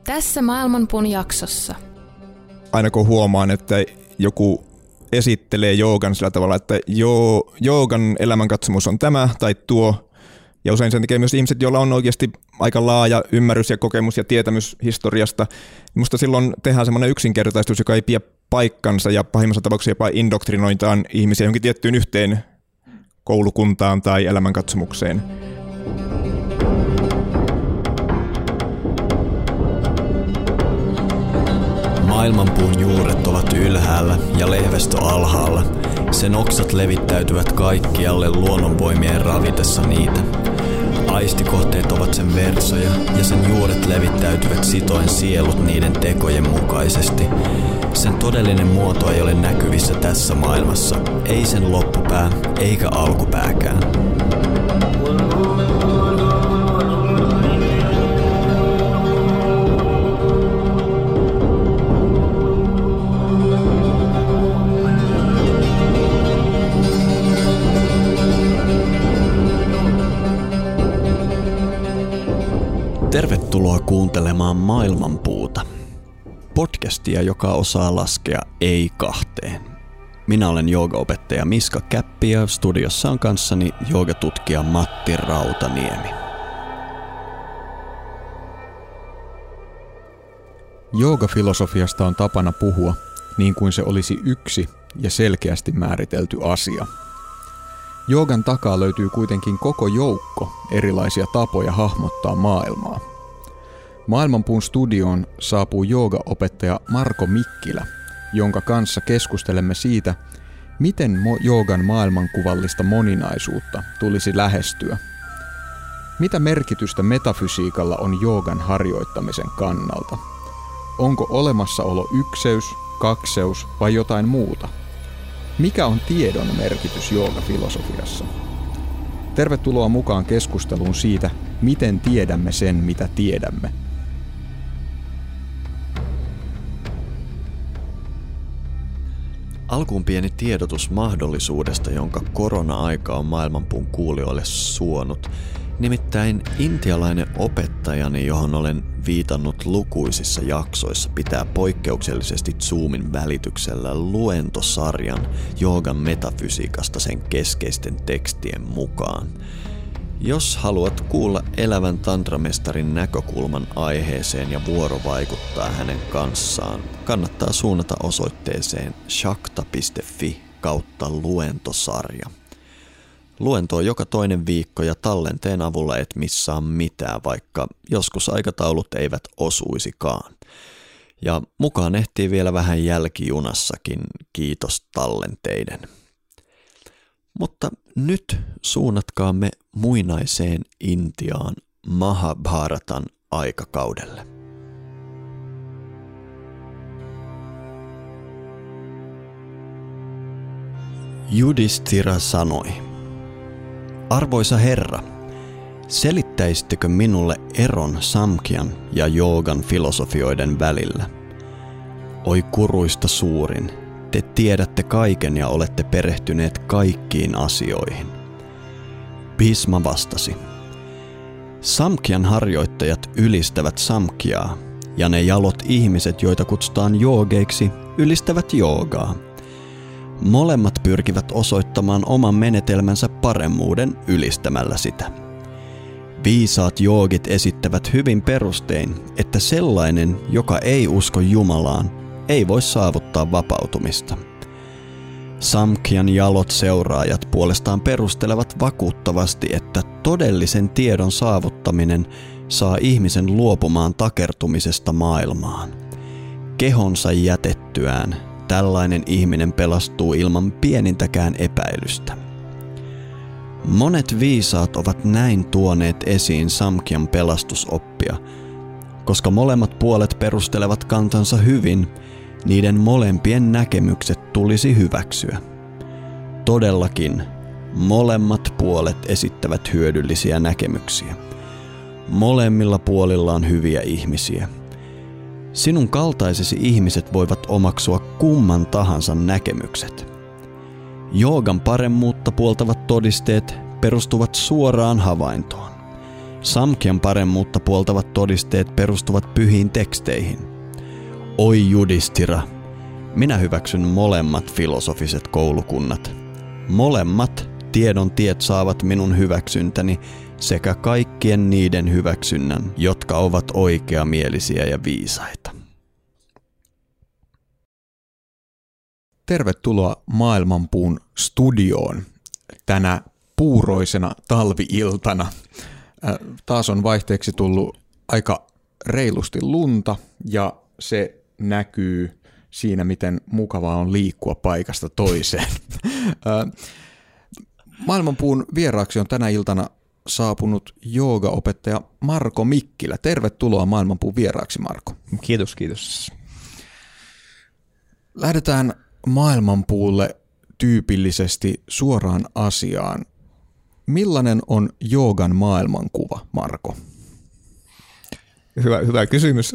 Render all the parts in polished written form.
Tässä Maailmanpuun jaksossa. Aina kun huomaan, että joku esittelee joogan sillä tavalla, että joogan elämänkatsomus on tämä tai tuo, ja usein sen tekee myös ihmiset, joilla on oikeasti aika laaja ymmärrys ja kokemus ja tietämys historiasta. Musta silloin tehdään semmoinen yksinkertaistus, joka ei pidä paikkansa ja pahimmassa tapauksessa jopa indoktrinoitaan ihmisiä johonkin tiettyyn yhteen koulukuntaan tai elämänkatsomukseen. Maailmanpuun juuret ovat ylhäällä ja lehvästö alhaalla. Sen oksat levittäytyvät kaikkialle luonnonvoimien ravitessa niitä. Aistikohteet ovat sen versoja ja sen juuret levittäytyvät sitoen sielut niiden tekojen mukaisesti. Sen todellinen muoto ei ole näkyvissä tässä maailmassa, ei sen loppupää eikä alkupääkään. Tervetuloa kuuntelemaan Maailmanpuuta. Podcastia, joka osaa laskea ei kahteen. Minä olen joogaopettaja Miska Käppi ja studiossa on kanssani joogatutkija Matti Rautaniemi. Joogafilosofiasta on tapana puhua niin kuin se olisi yksi ja selkeästi määritelty asia. Joogan takaa löytyy kuitenkin koko joukko erilaisia tapoja hahmottaa maailmaa. Maailmanpuun studioon saapuu joogaopettaja Marko Mikkilä, jonka kanssa keskustelemme siitä, miten joogan maailmankuvallista moninaisuutta tulisi lähestyä. Mitä merkitystä metafysiikalla on joogan harjoittamisen kannalta? Onko olemassaolo ykseys, kakseus vai jotain muuta? Mikä on tiedon merkitys joogafilosofiassa? Tervetuloa mukaan keskusteluun siitä, miten tiedämme sen, mitä tiedämme. Alkuun pieni tiedotus mahdollisuudesta, jonka korona-aika on Maailmanpuun kuulijoille suonut. Nimittäin intialainen opettajani, johon olen viitannut lukuisissa jaksoissa, pitää poikkeuksellisesti Zoomin välityksellä luentosarjan joogan metafysiikasta sen keskeisten tekstien mukaan. Jos haluat kuulla elävän tantramestarin näkökulman aiheeseen ja vuorovaikuttaa hänen kanssaan, kannattaa suunnata osoitteeseen shakta.fi/luentosarja. Luento on joka toinen viikko ja tallenteen avulla et missaa mitään, vaikka joskus aikataulut eivät osuisikaan. Ja mukaan ehtii vielä vähän jälkijunassakin, kiitos tallenteiden. Mutta nyt suunnatkaamme muinaiseen Intiaan Mahabharatan aikakaudelle. Yudhishthira sanoi: Arvoisa herra, selittäisittekö minulle eron Samkhyan ja joogan filosofioiden välillä? Oi kuruista suurin, te tiedätte kaiken ja olette perehtyneet kaikkiin asioihin. Bhisma vastasi: Samkhyan harjoittajat ylistävät Samkhyaa, ja ne jalot ihmiset, joita kutsutaan joogeiksi, ylistävät joogaa. Molemmat pyrkivät osoittamaan oman menetelmänsä paremmuuden ylistämällä sitä. Viisaat joogit esittävät hyvin perustein, että sellainen, joka ei usko Jumalaan, ei voi saavuttaa vapautumista. Samkhyan jalot seuraajat puolestaan perustelevat vakuuttavasti, että todellisen tiedon saavuttaminen saa ihmisen luopumaan takertumisesta maailmaan. Kehonsa jätettyään tällainen ihminen pelastuu ilman pienintäkään epäilystä. Monet viisaat ovat näin tuoneet esiin Samkhyan pelastusoppia, koska molemmat puolet perustelevat kantansa hyvin, niiden molempien näkemykset tulisi hyväksyä. Todellakin, molemmat puolet esittävät hyödyllisiä näkemyksiä. Molemmilla puolilla on hyviä ihmisiä. Sinun kaltaisesi ihmiset voivat omaksua kumman tahansa näkemykset. Joogan paremmuutta puoltavat todisteet perustuvat suoraan havaintoon. Samkhyan paremmuutta puoltavat todisteet perustuvat pyhiin teksteihin. Oi Yudhishthira, minä hyväksyn molemmat filosofiset koulukunnat. Molemmat tiedon tiet saavat minun hyväksyntäni sekä kaikkien niiden hyväksynnän, jotka ovat oikeamielisiä ja viisaita. Tervetuloa Maailmanpuun studioon tänä puuroisena talvi-iltana. Taas on vaihteeksi tullut aika reilusti lunta ja se näkyy siinä, miten mukavaa on liikkua paikasta toiseen. Maailmanpuun vieraaksi on tänä iltana saapunut joogaopettaja Marko Mikkilä. Tervetuloa Maailmanpuun vieraaksi, Marko. Kiitos. Lähdetään Maailmanpuulle tyypillisesti suoraan asiaan. Millainen on joogan maailmankuva, Marko? Hyvä kysymys.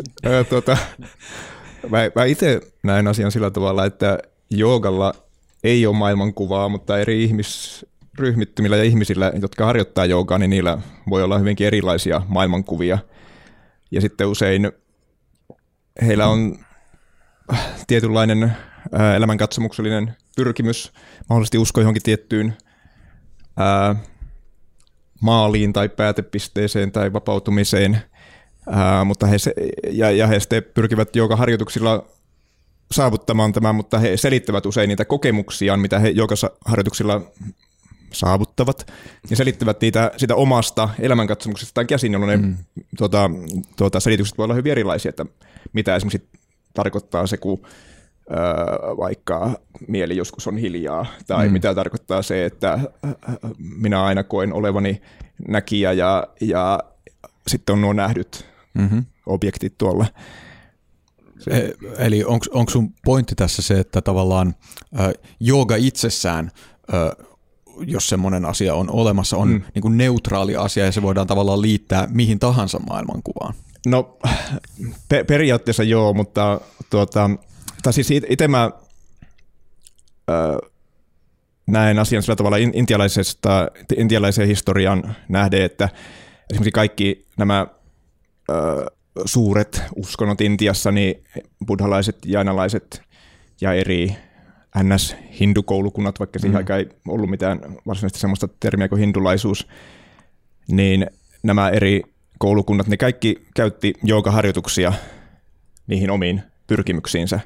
Mä itse näen asian sillä tavalla, että joogalla ei ole maailmankuvaa, mutta eri ihmisryhmittymillä ja ihmisillä, jotka harjoittaa joogaa, niin niillä voi olla hyvinkin erilaisia maailmankuvia. Ja sitten usein heillä on tietynlainen elämänkatsomuksellinen pyrkimys, mahdollisesti usko johonkin tiettyyn maaliin tai päätepisteeseen tai vapautumiseen, mutta he sitten pyrkivät joogaharjoituksilla saavuttamaan tämän, mutta he selittävät usein niitä kokemuksiaan, mitä he joogaharjoituksilla saavuttavat, ja selittävät niitä sitä omasta elämänkatsomuksestaan käsin, jolloin ne selitykset voi olla hyvin erilaisia, että mitä esimerkiksi tarkoittaa se, kun vaikka mieli joskus on hiljaa, tai mitä tarkoittaa se, että minä aina koen olevani näkijä ja sitten on nuo nähdyt objektit tuolla. Eli onko sun pointti tässä se, että tavallaan jooga itsessään, jos semmoinen asia on olemassa, on niin kuin neutraali asia ja se voidaan tavallaan liittää mihin tahansa maailmankuvaan? No periaatteessa joo, mutta siis itse mä näen asian sillä tavalla intialaisen historian nähden, että esimerkiksi kaikki nämä suuret uskonnot Intiassa, niin buddhalaiset, jainalaiset ja eri NS-hindukoulukunnat, vaikka siihen aikaan ei ollut mitään varsinaisesti sellaista termiä kuin hindulaisuus, niin nämä eri koulukunnat, ne kaikki käytti joogaharjoituksia niihin omiin pyrkimyksiinsä.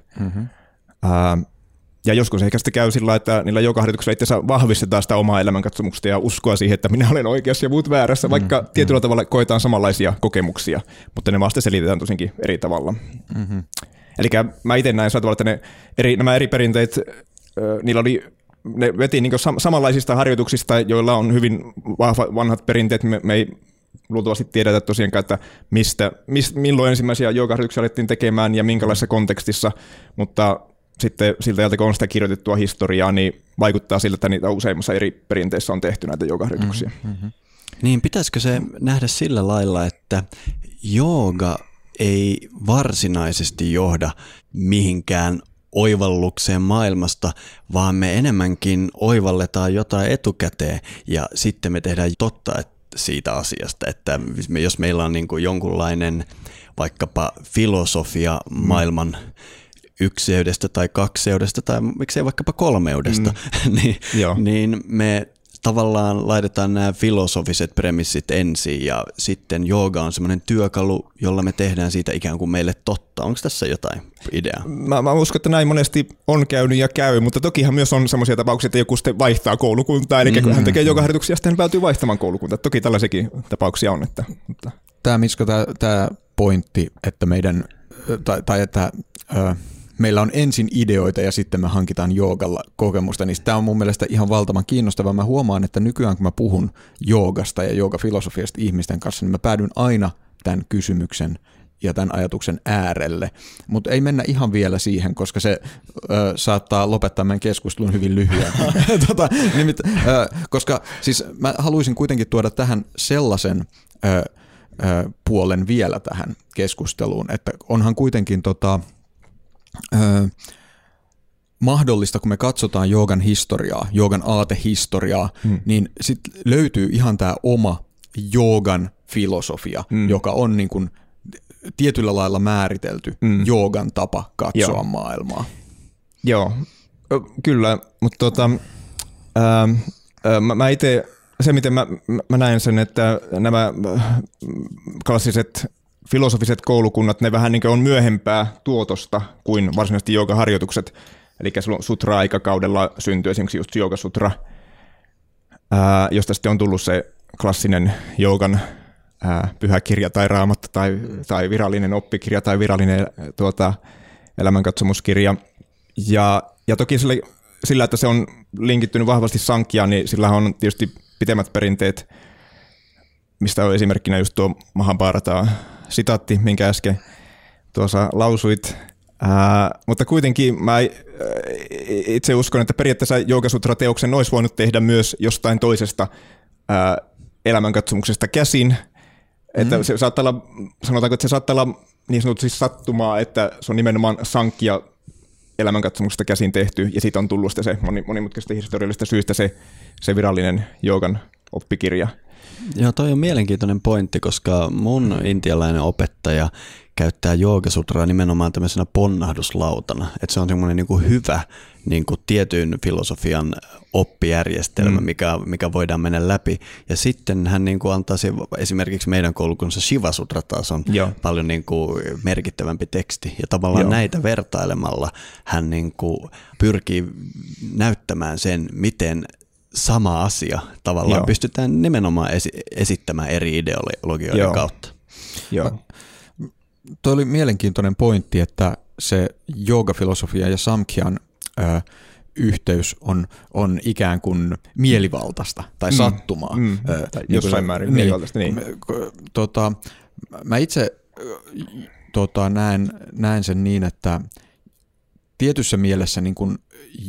Ja joskus ehkä sitten käy sillä, että niillä joogaharjoituksilla itse asiassa vahvistetaan sitä omaa elämänkatsomusta ja uskoa siihen, että minä olen oikeassa ja muut väärässä, vaikka tietyllä tavalla koetaan samanlaisia kokemuksia, mutta ne vasta selitetään tosinkin eri tavalla. Eli mä itse näen sillä tavalla, että nämä eri perinteet, ne veti niin samanlaisista harjoituksista, joilla on hyvin vanhat perinteet. Me ei luultavasti tiedetä tosiaankaan, että milloin ensimmäisiä joogaharjoituksia alettiin tekemään ja minkälaisessa kontekstissa, mutta sitten siltä ajalta, kun on sitä kirjoitettua historiaa, niin vaikuttaa siltä, että niitä useimmissa eri perinteissä on tehty näitä joogaharjoituksia. Niin, pitäisikö se nähdä sillä lailla, että jooga ei varsinaisesti johda mihinkään oivallukseen maailmasta, vaan me enemmänkin oivalletaan jotain etukäteen ja sitten me tehdään totta siitä asiasta, että jos meillä on niin kuin jonkunlainen vaikkapa filosofia maailman ykseydestä tai kakseudesta tai miksei vaikkapa kolmeudesta, niin me tavallaan laitetaan nämä filosofiset premissit ensin ja sitten jooga on semmoinen työkalu, jolla me tehdään siitä ikään kuin meille totta. Onko tässä jotain ideaa? Mä uskon, että näin monesti on käynyt ja käy, mutta tokihan myös on semmoisia tapauksia, että joku sitten vaihtaa koulukuntaa, eli kun hän tekee joogaharjoituksia, sitten hän päätyy vaihtamaan koulukuntaa. Toki tällaisiakin tapauksia on. Tämä Miska, tämä pointti, että meidän, tai että meillä on ensin ideoita ja sitten me hankitaan joogalla kokemusta, niin tämä on mun mielestä ihan valtavan kiinnostavaa. Mä huomaan, että nykyään kun mä puhun joogasta ja joogafilosofiasta ihmisten kanssa, niin mä päädyn aina tämän kysymyksen ja tämän ajatuksen äärelle, mutta ei mennä ihan vielä siihen, koska se saattaa lopettaa meidän keskustelun hyvin lyhyen. Koska siis mä haluaisin kuitenkin tuoda tähän sellaisen puolen vielä tähän keskusteluun, että onhan kuitenkin mahdollista, kun me katsotaan joogan historiaa, joogan aatehistoriaa, niin sitten löytyy ihan tämä oma joogan filosofia, joka on niin kuin tietyllä lailla määritelty joogan tapa katsoa maailmaa. Joo, kyllä, mutta mä itse, se miten mä näen sen, että nämä klassiset filosofiset koulukunnat, ne vähän niin kuin on myöhempää tuotosta kuin varsinaisesti joogaharjoitukset. Eli sutra-aikakaudella syntyi esimerkiksi just joogasutra, josta sitten on tullut se klassinen joogan pyhäkirja tai raamattu tai virallinen oppikirja tai virallinen elämänkatsomuskirja. Ja toki sillä, että se on linkittynyt vahvasti Sankhyaan, niin sillä on tietysti pitemmät perinteet, mistä on esimerkkinä just tuo Mahabharata sitaatti, minkä äsken tuossa lausuit. Mutta kuitenkin mä itse uskon, että periaatteessa Joogasutra-teoksen olisi voinut tehdä myös jostain toisesta elämänkatsomuksesta käsin. Että se saattaa olla, sanotaanko, että se saattaa olla niin sanotusti sattumaa, että se on nimenomaan Sankhya elämänkatsomuksesta käsin tehty, ja siitä on tullut se monimutkaisesta historiallisesta syystä se virallinen joogan oppikirja. Joo, toi on mielenkiintoinen pointti, koska mun intialainen opettaja käyttää joogasutraa nimenomaan tämmöisenä ponnahduslautana. Että se on semmoinen niin kuin hyvä niin kuin tietyn filosofian oppijärjestelmä, mikä voidaan mennä läpi. Ja sitten hän niin kuin antaa esimerkiksi meidän koulukunnassa Shivasutra taas on paljon niin kuin merkittävämpi teksti. Ja tavallaan näitä vertailemalla hän niin kuin pyrkii näyttämään sen, miten sama asia tavallaan pystytään nimenomaan esittämään eri ideologioiden kautta. Joo. Tuo oli mielenkiintoinen pointti, että se joogafilosofia ja Samkhyan yhteys on ikään kuin mielivaltaista tai sattumaa. Tai jossain määrin mielivaltaista. Niin. Mä itse näen sen niin, että tietyssä mielessä niin kuin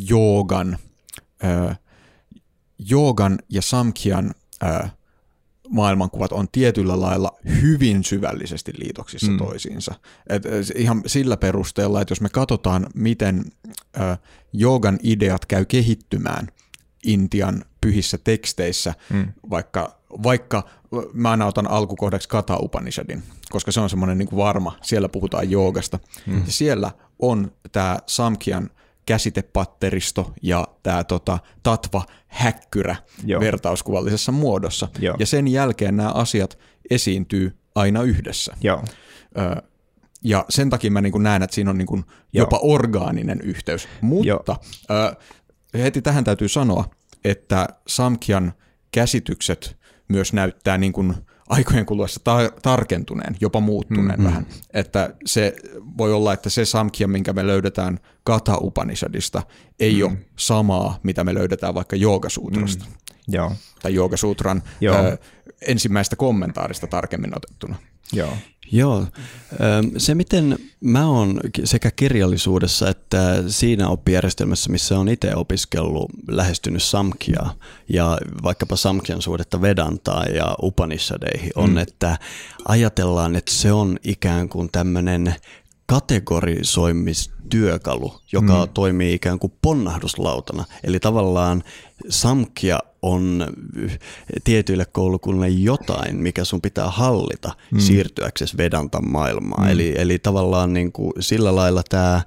joogan ja Samkhyan maailmankuvat on tietyllä lailla hyvin syvällisesti liitoksissa toisiinsa. Et ihan sillä perusteella, että jos me katsotaan, miten joogan ideat käy kehittymään Intian pyhissä teksteissä, vaikka mä aina otan alkukohdaksi Katha Upanishadin, koska se on semmoinen niin kuin varma, siellä puhutaan joogasta. Ja siellä on tämä Samkhyan käsitepatteristo ja tämä tatva-häkkyrä vertauskuvallisessa muodossa. Ja sen jälkeen nämä asiat esiintyy aina yhdessä. Ja sen takia mä niin kuin näen, että siinä on niin kuin jopa orgaaninen yhteys. Mutta heti tähän täytyy sanoa, että Samkhyan käsitykset myös näyttää niin kuin aikojen kuluessa tarkentuneen, jopa muuttuneen vähän. Että se voi olla, että se Samkhya, minkä me löydetään Katha Upanishadista, ei ole samaa, mitä me löydetään vaikka Joogasutrasta. Tai Joogasutran ensimmäistä kommentaarista tarkemmin otettuna. Joo. Se, miten mä oon sekä kirjallisuudessa että siinä oppijärjestelmässä, missä on itse opiskellut, lähestynyt Samkhyaa ja vaikkapa Samkhyan suhdetta Vedantaa ja Upanishadeihin, on, että ajatellaan, että se on ikään kuin tämmöinen kategorisoimistyökalu, joka toimii ikään kuin ponnahduslautana. Eli tavallaan Samkhya on tietyille koulukunnille jotain, mikä sun pitää hallita siirtyäksesi Vedantan maailmaan. Eli tavallaan niin kuin sillä lailla tämä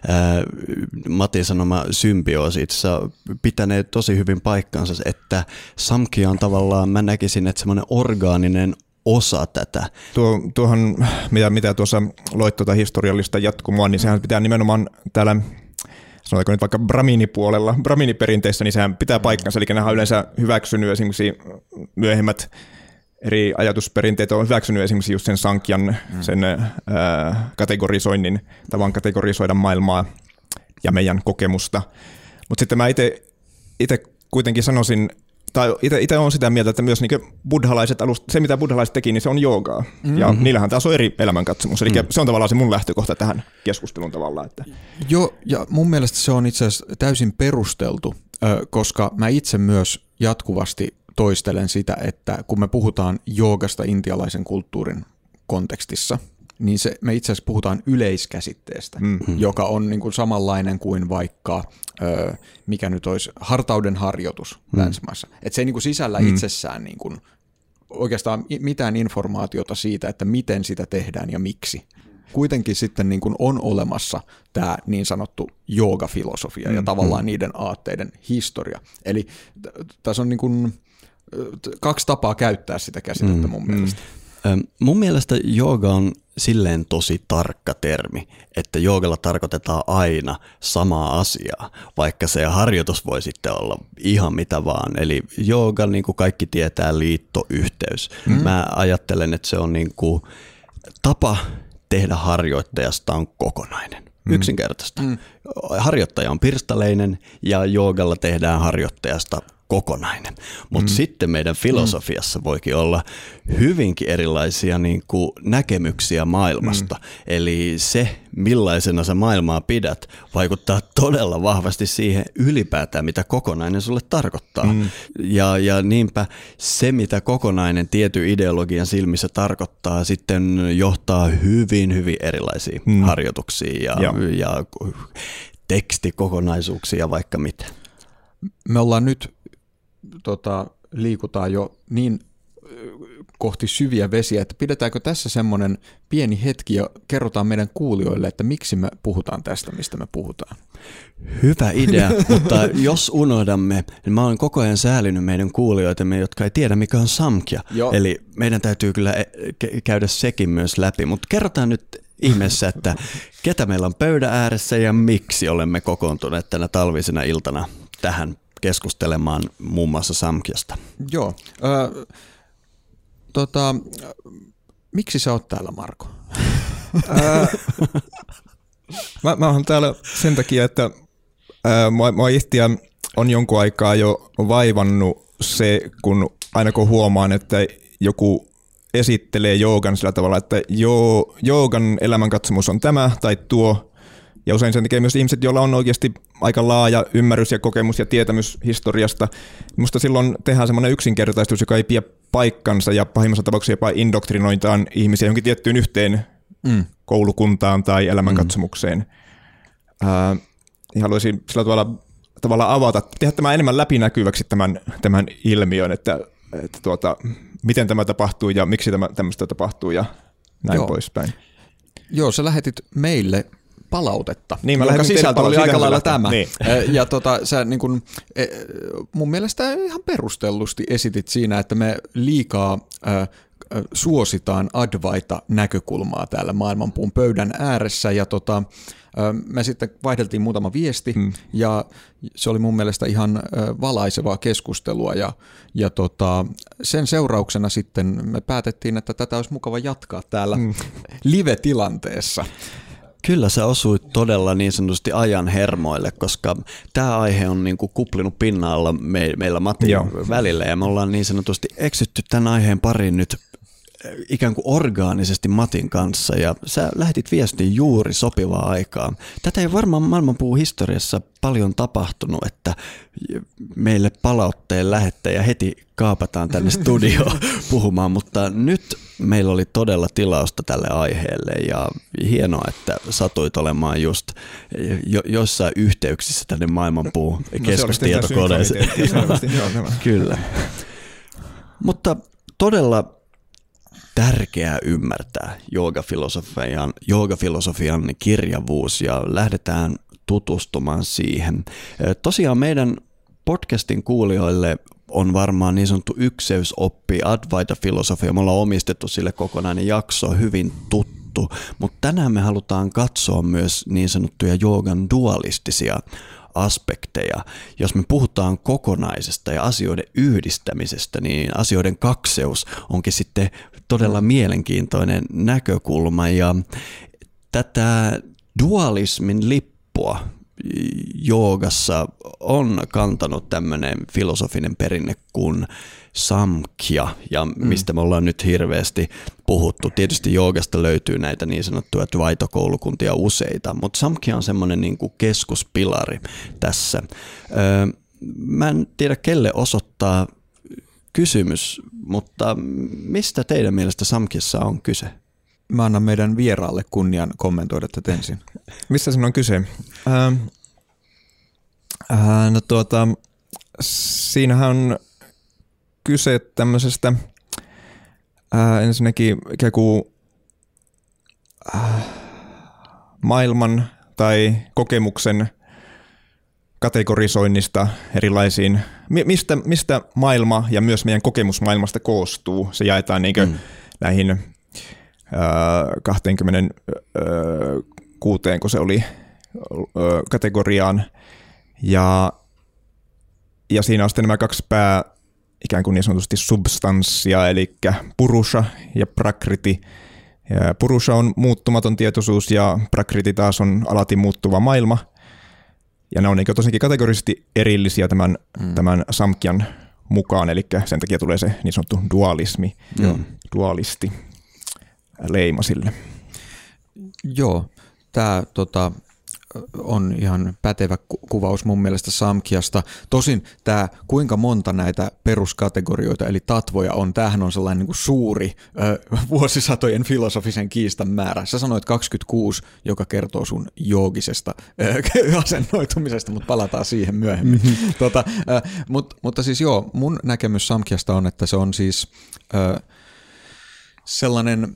Matin sanoma symbioosi itse pitänee tosi hyvin paikkansa, että Samkhya on tavallaan, mä näkisin, että semmoinen orgaaninen osa tätä. Tuohon, mitä tuossa loit tuota historiallista jatkumoa, niin sehän pitää nimenomaan täällä, sanotaanko nyt vaikka Brahmini-puolella, Brahmini-perinteissä, niin sehän pitää paikkansa, eli nehän on yleensä hyväksynyt esimerkiksi myöhemmät eri ajatusperinteet on hyväksynyt esimerkiksi just sen Sankhyan, sen kategorisoinnin, tavan kategorisoida maailmaa ja meidän kokemusta. Mutta sitten mä itse kuitenkin sanoisin, tai itse olen sitä mieltä, että myös niin buddhalaiset se mitä buddhalaiset teki, niin se on joogaa. Ja niillähän taas on eri elämänkatsomus. Eli se on tavallaan se mun lähtökohta tähän keskusteluun tavallaan. Että. Joo, ja mun mielestä se on itse asiassa täysin perusteltu, koska mä itse myös jatkuvasti toistelen sitä, että kun me puhutaan joogasta intialaisen kulttuurin kontekstissa, niin me itse asiassa puhutaan yleiskäsitteestä, joka on niin kuin samanlainen kuin vaikka, mikä nyt olisi, hartauden harjoitus länsimaissa. Että se ei niin kuin sisällä itsessään niin kuin oikeastaan mitään informaatiota siitä, että miten sitä tehdään ja miksi. Kuitenkin sitten niin kuin on olemassa tämä niin sanottu joogafilosofia ja tavallaan niiden aatteiden historia. Eli tässä on niin kuin 2 tapaa käyttää sitä käsitettä mun mielestä. Mun mielestä jooga on silleen tosi tarkka termi, että joogalla tarkoitetaan aina samaa asiaa, vaikka se harjoitus voi sitten olla ihan mitä vaan. Eli jooga, niin kuin kaikki tietää, liittoyhteys. Mä ajattelen, että se on niin kuin tapa tehdä harjoittajasta on kokonainen. Yksinkertaista. Harjoittaja on pirstaleinen ja joogalla tehdään harjoittajasta kokonainen. Mutta sitten meidän filosofiassa voikin olla hyvinkin erilaisia niin kuin näkemyksiä maailmasta. Eli se, millaisena sä maailmaa pidät, vaikuttaa todella vahvasti siihen ylipäätään, mitä kokonainen sulle tarkoittaa. Ja niinpä se, mitä kokonainen tietyn ideologian silmissä tarkoittaa, sitten johtaa hyvin, hyvin erilaisiin harjoituksiin ja tekstikokonaisuuksia ja vaikka mitä. Me ollaan nyt liikutaan jo niin kohti syviä vesiä, että pidetäänkö tässä semmoinen pieni hetki ja kerrotaan meidän kuulijoille, että miksi me puhutaan tästä, mistä me puhutaan. Hyvä idea, mutta jos unohdamme, niin mä oon koko ajan säälinyt meidän kuulijoitamme, jotka ei tiedä mikä on samkhya. Eli meidän täytyy kyllä käydä sekin myös läpi, mutta kerrotaan nyt ihmeessä, että ketä meillä on pöydän ääressä ja miksi olemme kokoontuneet tänä talvisena iltana tähän keskustelemaan muun muassa samkhyasta. Joo. Miksi sä oot täällä, Marko? Mä oon täällä sen takia, että mua itseä on jonkun aikaa jo vaivannut se, kun aina kun huomaan, että joku esittelee joogan sillä tavalla, että joogan elämänkatsomus on tämä tai tuo. Ja usein sen tekee myös ihmiset, joilla on oikeasti aika laaja ymmärrys ja kokemus ja tietämys historiasta. Musta silloin tehdään semmoinen yksinkertaistus, joka ei pidä paikkansa ja pahimmassa tapauksessa jopa indoktrinoitaan ihmisiä johonkin tiettyyn yhteen koulukuntaan tai elämänkatsomukseen. Ja haluaisin sillä tavalla avata, tehdä tämän enemmän läpinäkyväksi tämän ilmiön, että miten tämä tapahtuu ja miksi tämmöistä tapahtuu ja näin poispäin. Joo, sä lähetit meille palautetta, niin, jonka sisältö oli aika lailla tämä. Niin. Ja sä niin kun, mun mielestä ihan perustellusti esitit siinä, että me liikaa suositaan Advaita-näkökulmaa täällä maailmanpuun pöydän ääressä ja me sitten vaihdeltiin muutama viesti ja se oli mun mielestä ihan valaisevaa keskustelua ja sen seurauksena sitten me päätettiin, että tätä olisi mukava jatkaa täällä live-tilanteessa. Kyllä sä osuit todella niin sanotusti ajan hermoille, koska tämä aihe on niin kuin kuplinut pinnalla meillä Matin välillä ja me ollaan niin sanotusti eksytty tämän aiheen pariin nyt ikään kuin orgaanisesti Matin kanssa ja sä lähetit viestin juuri sopivaa aikaa. Tätä ei varmaan maailmanpuun historiassa paljon tapahtunut, että meille palautteen lähettäjä heti kaapataan tänne studioon puhumaan, mutta nyt meillä oli todella tilausta tälle aiheelle ja hienoa, että satuit olemaan just jossain yhteyksissä tänne maailmanpuun keskustietokoneeseen. Kyllä. Mutta todella tärkeää ymmärtää joogafilosofian kirjavuus ja lähdetään tutustumaan siihen. Tosiaan meidän podcastin kuulijoille on varmaan niin sanottu ykseysoppi Advaita-filosofia. Me ollaan omistettu sille kokonainen jakso, hyvin tuttu, mutta tänään me halutaan katsoa myös niin sanottuja joogan dualistisia aspekteja. Jos me puhutaan kokonaisesta ja asioiden yhdistämisestä, niin asioiden kakseus onkin sitten todella mielenkiintoinen näkökulma ja tätä dualismin lippua joogassa on kantanut tämmöinen filosofinen perinne kuin samkhya, ja mistä me ollaan nyt hirveästi puhuttu. Tietysti joogasta löytyy näitä niin sanottuja Dvaita-koulukuntia useita, mutta samkhya on semmoinen niin kuin keskuspilari tässä. Mä en tiedä, kelle osoittaa kysymys, mutta mistä teidän mielestä samkhyassa on kyse? Mä annan meidän vieraalle kunnian kommentoida tätä ensin. Mistä siinä on kyse? Siinähän on kyse tämmöisestä ensinnäkin ikään kuin maailman tai kokemuksen kategorisoinnista erilaisiin, mistä maailma ja myös meidän kokemus maailmasta koostuu. Se jaetaan näihin 26, kun se oli kategoriaan. Ja siinä on sitten nämä 2 ikään kuin niin sanotusti substanssia, eli purusha ja prakriti. Ja purusha on muuttumaton tietoisuus ja prakriti taas on alati muuttuva maailma. Ja ne on niin tosiaankin kategorisesti erillisiä tämän Samkhyan mukaan, eli sen takia tulee se niin sanottu dualismi, dualisti leima sille. Joo, tämä on ihan pätevä kuvaus mun mielestä Samkhyasta. Tosin tämä, kuinka monta näitä peruskategorioita eli tatvoja on, tämähän on sellainen niin kuin suuri vuosisatojen filosofisen kiistan määrä. Sä sanoit 26, joka kertoo sun joogisesta asennoitumisesta, mutta palataan siihen myöhemmin. Mutta siis joo, mun näkemys Samkhyasta on, että se on siis sellainen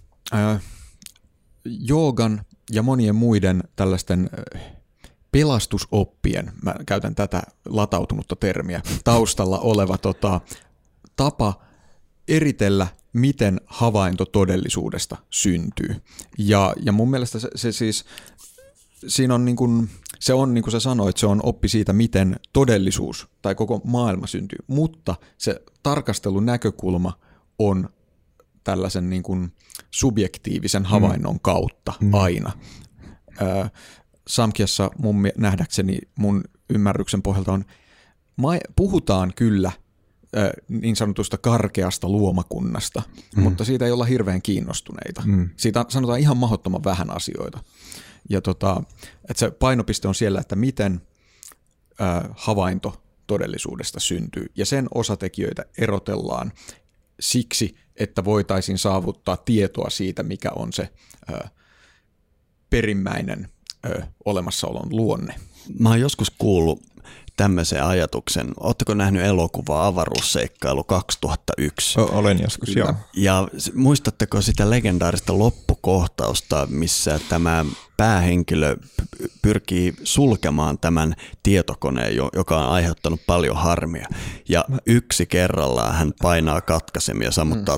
joogan ja monien muiden tällaisten pelastusoppien, mä käytän tätä latautunutta termiä, taustalla oleva tapa eritellä, miten havainto todellisuudesta syntyy. Ja mun mielestä se siis, siinä on niin kuin sä sanoit, se on oppi siitä, miten todellisuus tai koko maailma syntyy, mutta se tarkastelun näkökulma on tällaisen niin kuin subjektiivisen havainnon kautta aina. Samkhyassa mun nähdäkseni, mun ymmärryksen pohjalta puhutaan kyllä niin sanotusta karkeasta luomakunnasta, mutta siitä ei olla hirveän kiinnostuneita. Siitä sanotaan ihan mahdottoman vähän asioita. Ja että se painopiste on siellä, että miten havainto todellisuudesta syntyy. Ja sen osatekijöitä erotellaan siksi, että voitaisiin saavuttaa tietoa siitä, mikä on se perimmäinen olemassaolon luonne. Mä oon joskus kuullut tämmöisen ajatuksen. Ootteko nähnyt elokuvaa Avaruusseikkailu 2001? Olen joskus, joo. Ja muistatteko sitä legendaarista loppukohtausta, missä tämä päähenkilö pyrkii sulkemaan tämän tietokoneen, joka on aiheuttanut paljon harmia. Ja yksi kerrallaan hän painaa katkaisemia, sammuttaa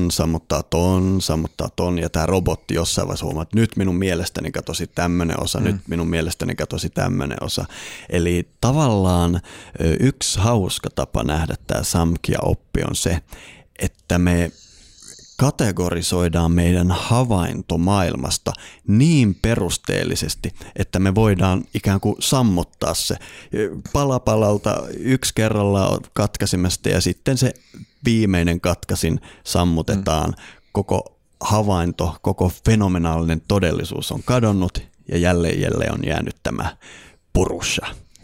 ton, ja tämä robotti jossain vaiheessa huomaa, että nyt minun mielestäni katosi tämmöinen osa, nyt minun mielestäni katosi tämmöinen osa. Eli tavallaan yksi hauska tapa nähdä tämä Samkhya-oppi on se, että me kategorisoidaan meidän havainto maailmasta niin perusteellisesti, että me voidaan ikään kuin sammuttaa se pala palalta yksi kerrallaan katkaisimesta ja sitten se viimeinen katkaisin sammutetaan. Koko havainto, koko fenomenaalinen todellisuus on kadonnut ja jälleen on jäänyt tämä purusha.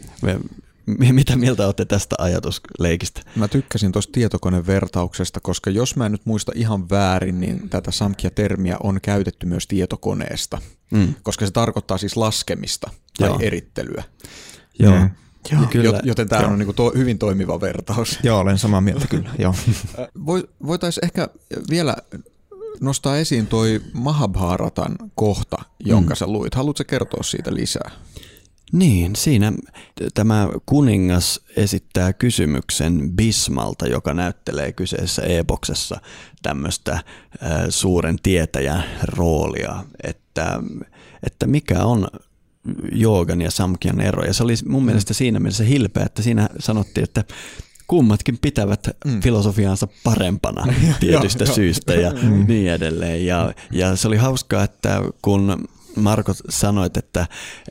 Mitä mieltä olette tästä ajatusleikistä? Mä tykkäsin tuosta tietokonevertauksesta, koska jos mä en nyt muista ihan väärin, niin tätä Samkhya-termiä on käytetty myös tietokoneesta, koska se tarkoittaa siis laskemista tai erittelyä. Joo. Kyllä. Joten tämä on niinku hyvin toimiva vertaus. Joo, olen samaa mieltä kyllä. Joo. Voitaisiin ehkä vielä nostaa esiin toi Mahabharatan kohta, jonka sä luit. Haluatko kertoa siitä lisää? Niin, siinä tämä kuningas esittää kysymyksen Bhismalta, joka näyttelee kyseisessä epoksessa tämmöistä suuren tietäjän roolia, että mikä on joogan ja samkhyan ero. Ja se oli mun mielestä siinä mielessä hilpeä, että siinä sanottiin, että kummatkin pitävät filosofiaansa parempana tietystä syystä ja niin edelleen. Ja se oli hauskaa, että kun Marko sanoit, että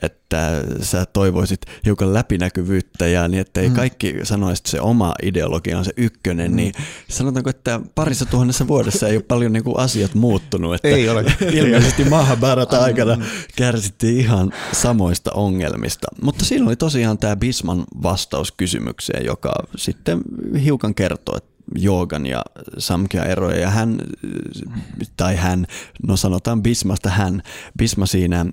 sä toivoisit hiukan läpinäkyvyyttä ja niin, että ei kaikki sanoisi, että se oma ideologia on se ykkönen, niin sanotaanko, että 2000 vuodessa ei ole paljon niin kuin asiat muuttunut. Että ei ole. Ilmeisesti Mahabharatan aikana kärsittiin ihan samoista ongelmista. Mutta siinä oli tosiaan tämä Bhisman vastaus kysymykseen, joka sitten hiukan kertoo, että joogan ja samkhyan eroja, ja sanotaan Bhisma siinä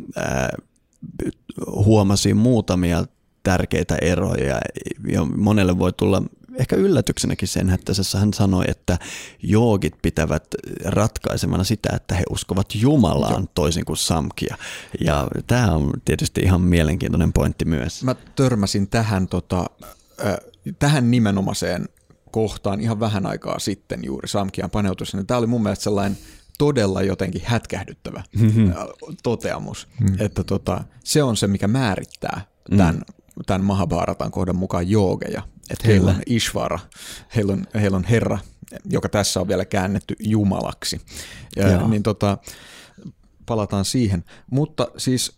huomasi muutamia tärkeitä eroja, ja monelle voi tulla ehkä yllätyksenäkin sen, että hän sanoi, että joogit pitävät ratkaisemana sitä, että he uskovat Jumalaan toisin kuin Samkhya. Ja tämä on tietysti ihan mielenkiintoinen pointti myös. Mä törmäsin tähän nimenomaiseen kohtaan ihan vähän aikaa sitten juuri Samkhyan paneutuessa. Tämä oli mun mielestä sellainen todella jotenkin hätkähdyttävä toteamus, että se on se, mikä määrittää tämän Mahabharatan kohdan mukaan joogeja. Että heillä on Ishvara, heillä on Herra, joka tässä on vielä käännetty Jumalaksi. Niin palataan siihen. Mutta siis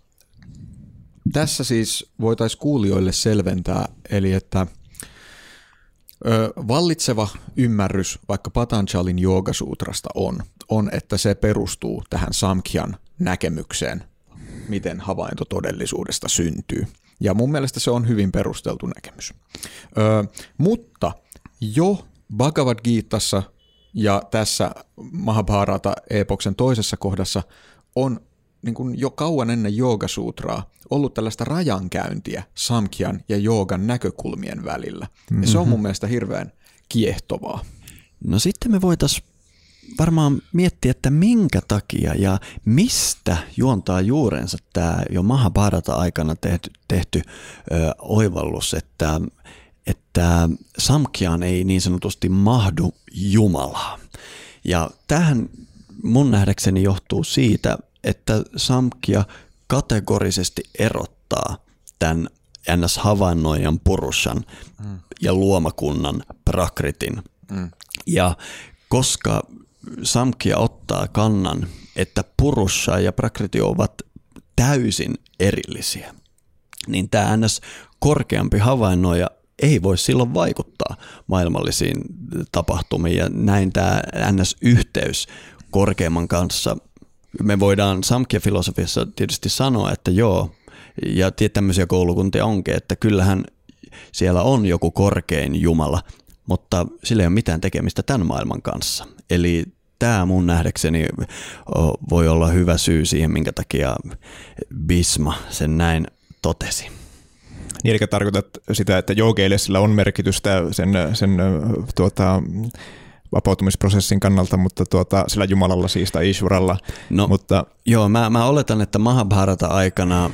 tässä siis voitaisiin kuulijoille selventää, eli että vallitseva ymmärrys vaikka Patanjalin Joogasutrasta on, että se perustuu tähän Samkhyan näkemykseen, miten havainto todellisuudesta syntyy. Ja mun mielestä se on hyvin perusteltu näkemys. Mutta jo Bhagavad Gitassa ja tässä Mahabharata-epoksen toisessa kohdassa on niin kuin jo kauan ennen Joogasutraa ollut tällaista rajankäyntiä Samkhyan ja joogan näkökulmien välillä. Ja se on mun mielestä hirveän kiehtovaa. No sitten me voitaisiin varmaan miettiä, että minkä takia ja mistä juontaa juurensa tämä jo Mahabharata-aikana tehty oivallus, että Samkhyaan ei niin sanotusti mahdu Jumalaa. Ja tähän mun nähdäkseni johtuu siitä, että Samkhya kategorisesti erottaa tämän NS-havainnoijan Purushan ja luomakunnan Prakritin. Ja koska Samkhya ottaa kannan, että Purusha ja Prakriti ovat täysin erillisiä, niin tämä NS korkeampi havainnoija ei voi silloin vaikuttaa maailmallisiin tapahtumiin, ja näin tämä NS-yhteys korkeamman kanssa. Me voidaan Samkhya-filosofiassa tietysti sanoa, että joo, ja tämmöisiä koulukuntia onkin, että kyllähän siellä on joku korkein Jumala, mutta sillä ei ole mitään tekemistä tämän maailman kanssa. Eli tämä mun nähdäkseni voi olla hyvä syy siihen, minkä takia Bhisma sen näin totesi. Niin, eli tarkoitat sitä, että joogeille sillä on merkitystä sen vapautumisprosessin kannalta, mutta sillä Jumalalla siis tai Ishvaralla. No, mutta joo, mä oletan, että Mahabharata-aikana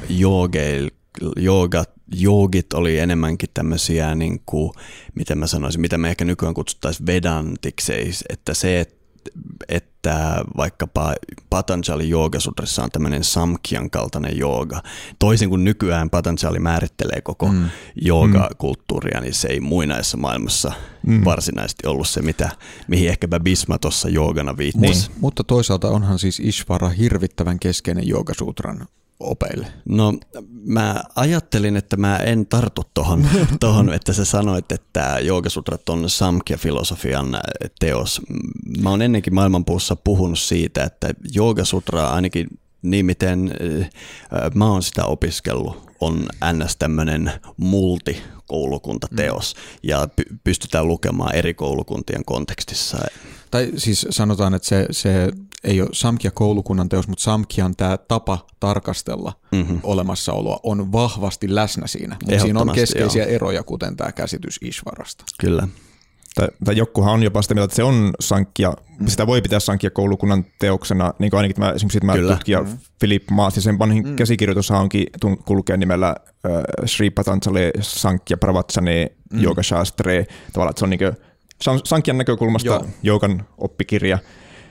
joogit oli enemmänkin tämmöisiä, niin kuin, miten mä sanoisin, mitä me ehkä nykyään kutsuttaisiin vedantikseiksi, että se, että vaikkapa Patanjali Joogasutrassa on tämmöinen Samkhyan kaltainen jooga. Toisin kuin nykyään Patanjali määrittelee koko joogakulttuuria, niin se ei muinaisessa maailmassa varsinaisesti ollut se, mihin ehkäpä Bhisma tuossa joogana viittasi. Niin. Mutta toisaalta onhan siis Ishvara hirvittävän keskeinen Joogasutran opeille. No mä ajattelin, että mä en tartu tohon, että sä sanoit, että Joogasutrat on Samkhya-filosofian teos. Mä oon ennenkin maailmanpuussa puhunut siitä, että Joogasutra ainakin niin miten mä oon sitä opiskellut, on ns. Tämmöinen multikoulukuntateos ja pystytään lukemaan eri koulukuntien kontekstissa. Tai siis sanotaan, että se ei ole Samkhya-koulukunnan teos, mutta Samkhyan tämä tapa tarkastella olemassaoloa on vahvasti läsnä siinä. Mutta siinä on keskeisiä eroja, kuten tämä käsitys Ishvarasta. Kyllä. Tai jokkuhan on jopa sitä mieltä, että se on Samkhya, sitä voi pitää Samkhya-koulukunnan teoksena, niin kuin ainakin esimerkiksi tutkija Philip Maas, ja sen vanhin käsikirjoitushan onkin kulkee nimellä Sri Patanjali Samkhya Pravachane Yoga Shastre, tavallaan, että se on niin kuin Samkhyan näkökulmasta joogan oppikirja.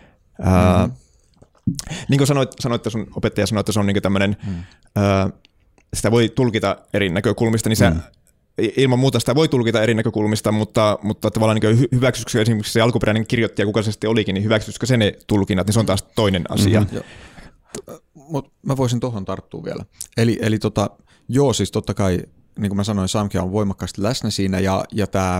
Niin kuin sanoit, että sun opettaja sanoi, että se on niin tämmöinen, sitä voi tulkita eri näkökulmista, niin se ilman muuta sitä voi tulkita eri näkökulmista, mutta tavallaan niin hyväksytkö esimerkiksi se alkuperäinen kirjoittaja, kuka se sitten olikin, niin hyväksytkö se ne tulkinnat, niin se on taas toinen asia. Mutta mä voisin tuohon tarttua vielä. Eli siis totta kai, niin kuin mä sanoin, Samkhya on voimakkaasti läsnä siinä, ja tämä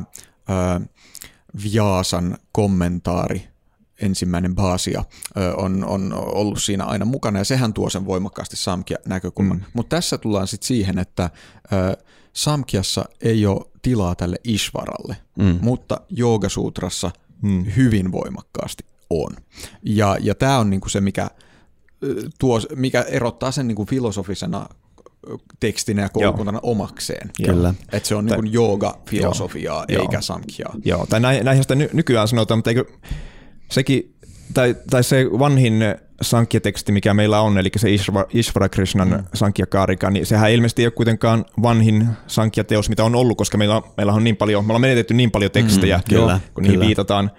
Vyasan kommentaari, ensimmäinen Bhasia, on ollut siinä aina mukana, ja sehän tuo sen voimakkaasti Samkhya-näkökulman. Mutta tässä tullaan sitten siihen, että Samkhyassa ei ole tilaa tälle Ishvaralle, mutta Joogasutrassa hyvin voimakkaasti on. Ja tämä on niinku se, mikä erottaa sen niinku filosofisena tekstinä ja koulukuntana omakseen. Kyllä. Että se on niin kuin jooga-filosofiaa eikä samkhyaa. Joo, tai näinhän sitä nykyään sanotaan, mutta eikö sekin, tai se vanhin sankhya-teksti, mikä meillä on, eli se Ishvara Krishnan Sankhya-karika, niin sehän ilmeisesti ei ole kuitenkaan vanhin sankhya-teos, mitä on ollut, koska meillä on niin paljon, me ollaan menetetty niin paljon tekstejä, kun niihin viitataan.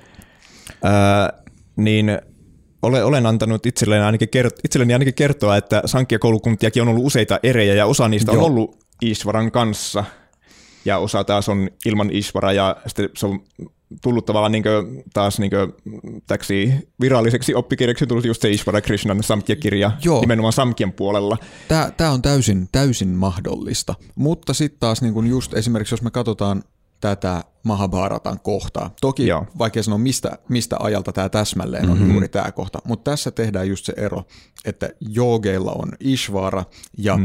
Niin olen antanut itselleni ainakin kertoa, että sankhya-koulukuntiakin on ollut useita erejä, ja osa niistä on ollut Ishvaran kanssa, ja osa taas on ilman Ishvaraa, ja sitten se on tullut tavallaan taas täksi viralliseksi oppikirjaksi tullut just se Ishvara Krishnan Samkhya-kirja nimenomaan Samkhyan puolella. Tämä on täysin mahdollista, mutta sitten taas niin just esimerkiksi jos me katsotaan tätä Mahabharatan kohtaa, toki vaikea sanoa mistä ajalta tämä täsmälleen on juuri tämä kohta, mutta tässä tehdään just se ero, että joogeilla on Ishvara ja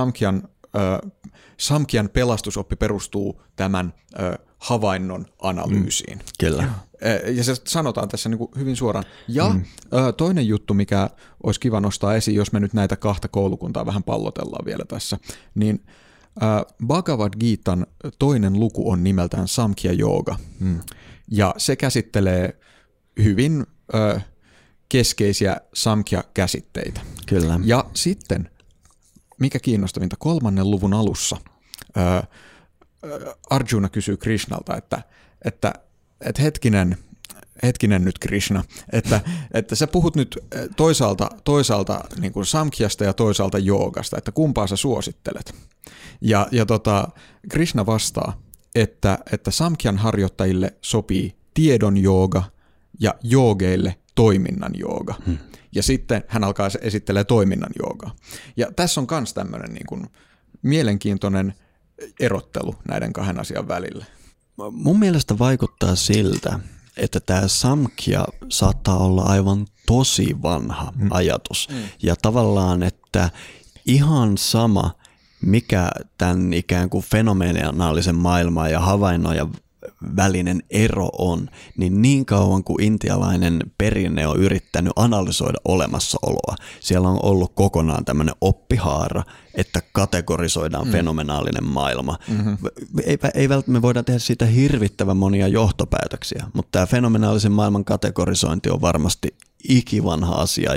Samkhyan pelastusoppi perustuu tämän havainnon analyysiin. Kyllä. Ja se sanotaan tässä niin kuin hyvin suoraan. Ja toinen juttu, mikä olisi kiva nostaa esiin, jos me nyt näitä kahta koulukuntaa vähän pallotellaan vielä tässä, niin Bhagavad Gitan toinen luku on nimeltään Samkhya Yoga. Ja se käsittelee hyvin keskeisiä Samkhya-käsitteitä. Kyllä. Ja sitten, mikä kiinnostavinta, 3. luvun alussa Arjuna kysyy Krishnalta, että hetkinen nyt Krishna, että sä puhut nyt toisaalta niin kuin samkhyasta ja toisaalta joogasta, että kumpaa sä suosittelet. Ja Krishna vastaa, että samkhyan harjoittajille sopii tiedon jooga ja joogeille toiminnan jooga. Ja sitten hän alkaa esittelee toiminnan joogaa. Ja tässä on myös tämmöinen niin kuin mielenkiintoinen erottelu näiden kahden asian välillä. Mun mielestä vaikuttaa siltä, että tämä samkhya saattaa olla aivan tosi vanha ajatus. Ja tavallaan, että ihan sama, mikä tämän ikään kuin fenomenaalisen maailman ja havainnon välinen ero on, niin kauan kuin intialainen perinne on yrittänyt analysoida olemassaoloa, siellä on ollut kokonaan tämmöinen oppihaara, että kategorisoidaan fenomenaalinen maailma. Ei välttämättä me voidaan tehdä siitä hirvittävän monia johtopäätöksiä, mutta tämä fenomenaalisen maailman kategorisointi on varmasti ikivanha asia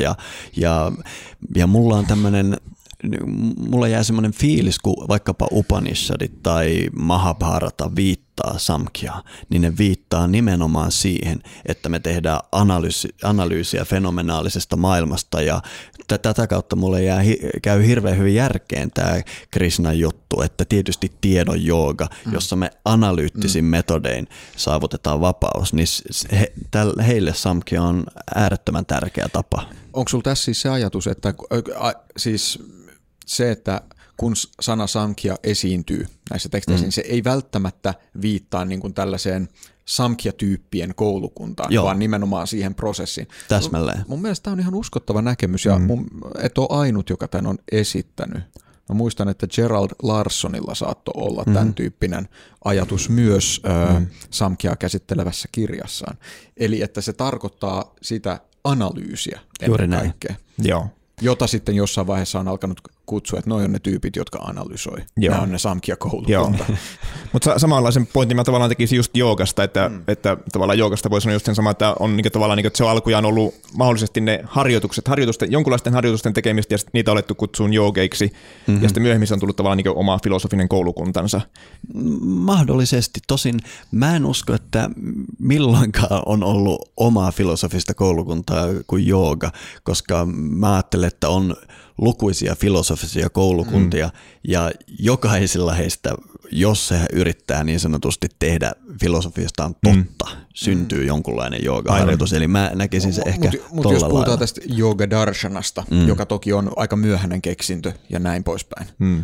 ja mulla on tämmöinen mulla jää semmoinen fiilis, kun vaikkapa Upanishadit tai Mahabharata viittaa samkhyaan, niin ne viittaa nimenomaan siihen, että me tehdään analyysiä fenomenaalisesta maailmasta ja tätä kautta mulle käy hirveän hyvin järkeen tämä Krishnan juttu, että tietysti tiedon jooga, jossa me analyyttisin metodein saavutetaan vapaus, niin heille samkhya on äärettömän tärkeä tapa. Onko sulla tässä siis se ajatus, että siis se, että kun sana samkhya esiintyy näissä teksteissä, niin se ei välttämättä viittaa niin kuin tällaiseen samkhya-tyyppien koulukuntaan, vaan nimenomaan siihen prosessiin. Täsmälleen. Mun mielestä tämä on ihan uskottava näkemys, ja et ole ainut, joka tämän on esittänyt. Mä muistan, että Gerald Larsonilla saattoi olla tämän tyyppinen ajatus myös samkhyaa käsittelevässä kirjassaan. Eli että se tarkoittaa sitä analyysiä ennen kaikkea. Joo. Jota sitten jossain vaiheessa on alkanut kutsua, että noi on ne tyypit, jotka analysoi. Nämä on ne samkhya-koulukunta. Mutta samanlaisen pointin mä tavallaan tekisin just joogasta, että tavallaan joogasta voi sanoa just sen sama, että on tavallaan, että se on alkujaan ollut mahdollisesti ne jonkunlaisten harjoitusten tekemistä ja niitä on alettu kutsuun joogeiksi ja sitten myöhemmin se on tullut tavallaan oma filosofinen koulukuntansa. Mahdollisesti. Tosin mä en usko, että milloinkaan on ollut omaa filosofista koulukuntaa kuin jooga, koska mä ajattelen, että on lukuisia filosofisia koulukuntia ja jokaisella heistä, jos he yrittää niin sanotusti tehdä filosofiastaan totta, syntyy jonkunlainen jooga-harjoitus. Eli mä näkisin se ehkä Mutta jos puhutaan tästä jooga-darshanasta, joka toki on aika myöhäinen keksintö ja näin poispäin.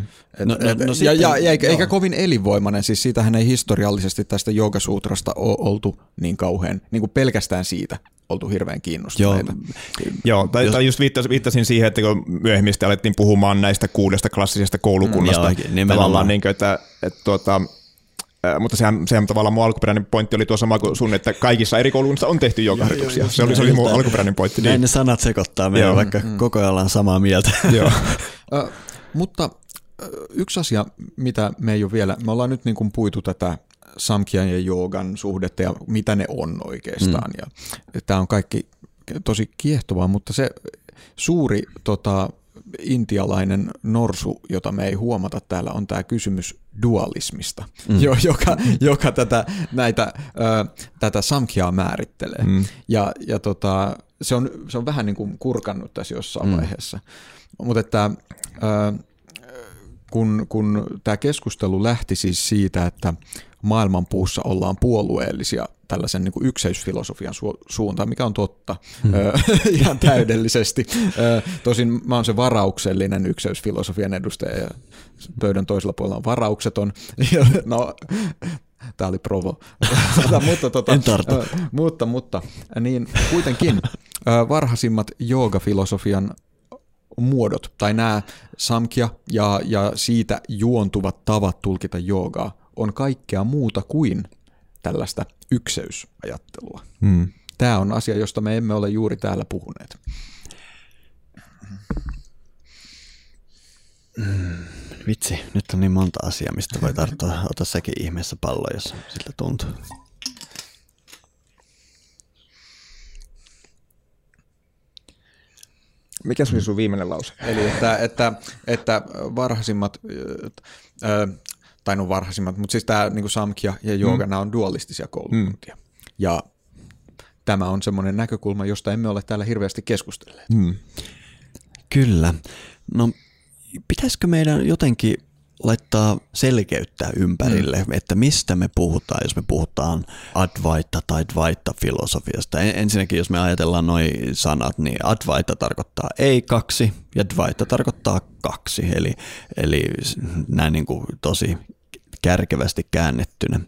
Eikä kovin elinvoimainen, siis siitähän ei historiallisesti tästä joogasuutrasta ole oltu niin kauhean, niin kuin pelkästään siitä oltu hirveän kiinnostuneita. Joo, tai just viittasin siihen, että kun myöhemmin alettiin puhumaan näistä 6 klassisesta koulukunnasta, tavallaan niin kuin, mutta sehän tavallaan mun alkuperäinen pointti oli tuo sama kuin sun, että kaikissa eri koulukunnissa on tehty joogaharjoituksia. Se oli mun alkuperäinen pointti. Näin ne sanat sekoittaa meidän, vaikka koko ajan ollaan samaa mieltä. Mutta yksi asia, mitä me ei ole vielä, me ollaan nyt niin kuin puitu tätä samkhyan ja joogan suhdetta ja mitä ne on oikeastaan. Ja tämä on kaikki tosi kiehtovaa, mutta se suuri intialainen norsu, jota me ei huomata täällä, on tämä kysymys dualismista, joka tätä samkhyaa määrittelee. Ja se on vähän niin kuin kurkannut tässä jossain vaiheessa. Mutta että kun tämä keskustelu lähti siis siitä, että maailmanpuussa ollaan puolueellisia tällaisen niin kuin ykseysfilosofian suuntaan, mikä on totta ihan täydellisesti. Tosin mä oon se varauksellinen ykseysfilosofian edustaja ja pöydän toisella puolella on varaukseton. No, tää oli provo. mutta niin kuitenkin varhaisimmat joogafilosofian muodot, tai nämä samkhya ja siitä juontuvat tavat tulkita joogaa, on kaikkea muuta kuin tällaista ykseysajattelua. Tämä on asia, josta me emme ole juuri täällä puhuneet. Vitsi, nyt on niin monta asiaa, mistä voi tarttua. Ota säkin ihmeessä pallo, jos siltä tuntuu. Mikä se oli sun viimeinen lause? Eli että varhaisimmat, tai no varhaisimmat, mutta siis tämä niin samkhya ja jooga, nämä on dualistisia koulukuntia. Ja tämä on semmoinen näkökulma, josta emme ole täällä hirveästi keskustelleet. Kyllä. No pitäisikö meidän jotenkin laittaa selkeyttää ympärille, että mistä me puhutaan, jos me puhutaan Advaita tai Dvaita-filosofiasta. Ensinnäkin, jos me ajatellaan nuo sanat, niin Advaita tarkoittaa ei kaksi ja Dvaita tarkoittaa kaksi, eli näin niin kuin tosi kärkevästi käännettynä.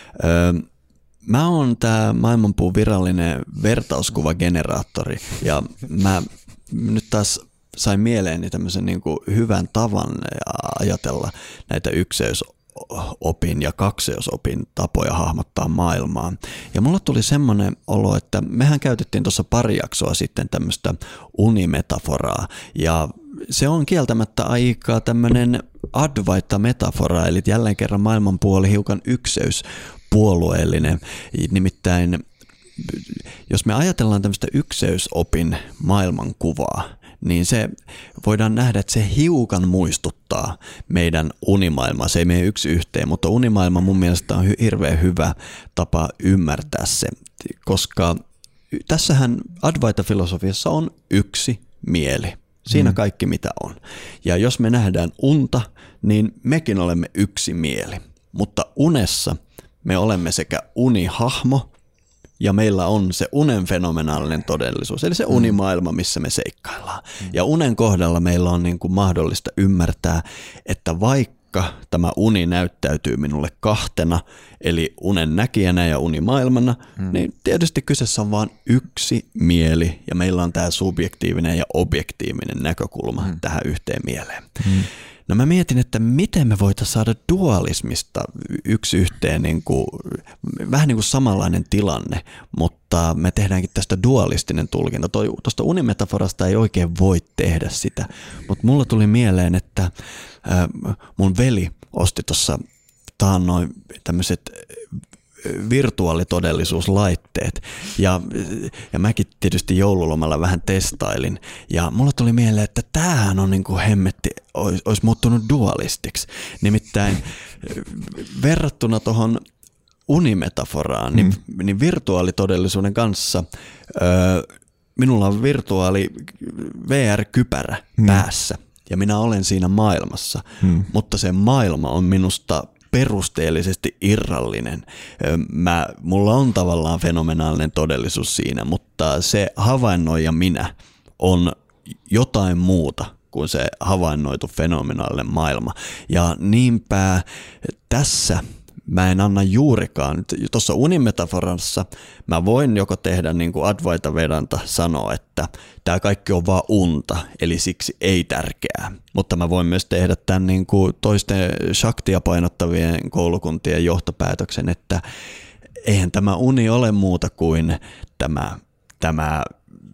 Mä oon tää maailmanpuun virallinen vertauskuvageneraattori ja mä nyt taas sain mieleeni tämmöisen niin kuin hyvän tavan ajatella näitä ykseysopin ja kakseusopin tapoja hahmottaa maailmaa. Ja mulla tuli semmoinen olo, että mehän käytettiin tuossa pari jaksoa sitten tämmöistä unimetaforaa ja se on kieltämättä aika tämmöinen Advaita-metafora, eli jälleen kerran maailmanpuoli hiukan ykseyspuolueellinen, nimittäin jos me ajatellaan tämmöistä ykseysopin maailmankuvaa, niin se voidaan nähdä, että se hiukan muistuttaa meidän unimaailmaa. Se ei mene yksi yhteen, mutta unimaailma mun mielestä on hirveän hyvä tapa ymmärtää se, koska tässähän Advaita-filosofiassa on yksi mieli. Siinä kaikki mitä on. Ja jos me nähdään unta, niin mekin olemme yksi mieli. Mutta unessa me olemme sekä unihahmo, ja meillä on se unen fenomenaalinen todellisuus, eli se unimaailma, missä me seikkaillaan. Ja unen kohdalla meillä on niin kuin mahdollista ymmärtää, että vaikka tämä uni näyttäytyy minulle kahtena, eli unen näkijänä ja unimaailmana, niin tietysti kyseessä on vain yksi mieli, ja meillä on tämä subjektiivinen ja objektiivinen näkökulma tähän yhteen mieleen. No mä mietin, että miten me voitaisiin saada dualismista yksi yhteen vähän niin kuin samanlainen tilanne, mutta me tehdäänkin tästä dualistinen tulkinta. Tuosta unimetaforasta ei oikein voi tehdä sitä, mutta mulla tuli mieleen, että mun veli osti tuossa taannoin tämmöiset virtuaalitodellisuuslaitteet ja mäkin tietysti joululomalla vähän testailin ja mulla tuli mieleen, että tämähän on niin kuin hemmetti, olisi muuttunut dualistiksi. Nimittäin verrattuna tuohon unimetaforaan, niin virtuaalitodellisuuden kanssa minulla on virtuaali VR-kypärä päässä ja minä olen siinä maailmassa, mutta se maailma on minusta perusteellisesti irrallinen. Mulla on tavallaan fenomenaalinen todellisuus siinä, mutta se havainnoija minä on jotain muuta kuin se havainnoitu fenomenaalinen maailma. Ja niinpä tässä mä en anna juurikaan. Tuossa unimetaforassa mä voin joko tehdä niin kuin Advaita Vedanta sanoo, että tämä kaikki on vaan unta, eli siksi ei tärkeää. Mutta mä voin myös tehdä tämän niin kuin toisten shaktia painottavien koulukuntien johtopäätöksen, että eihän tämä uni ole muuta kuin tämä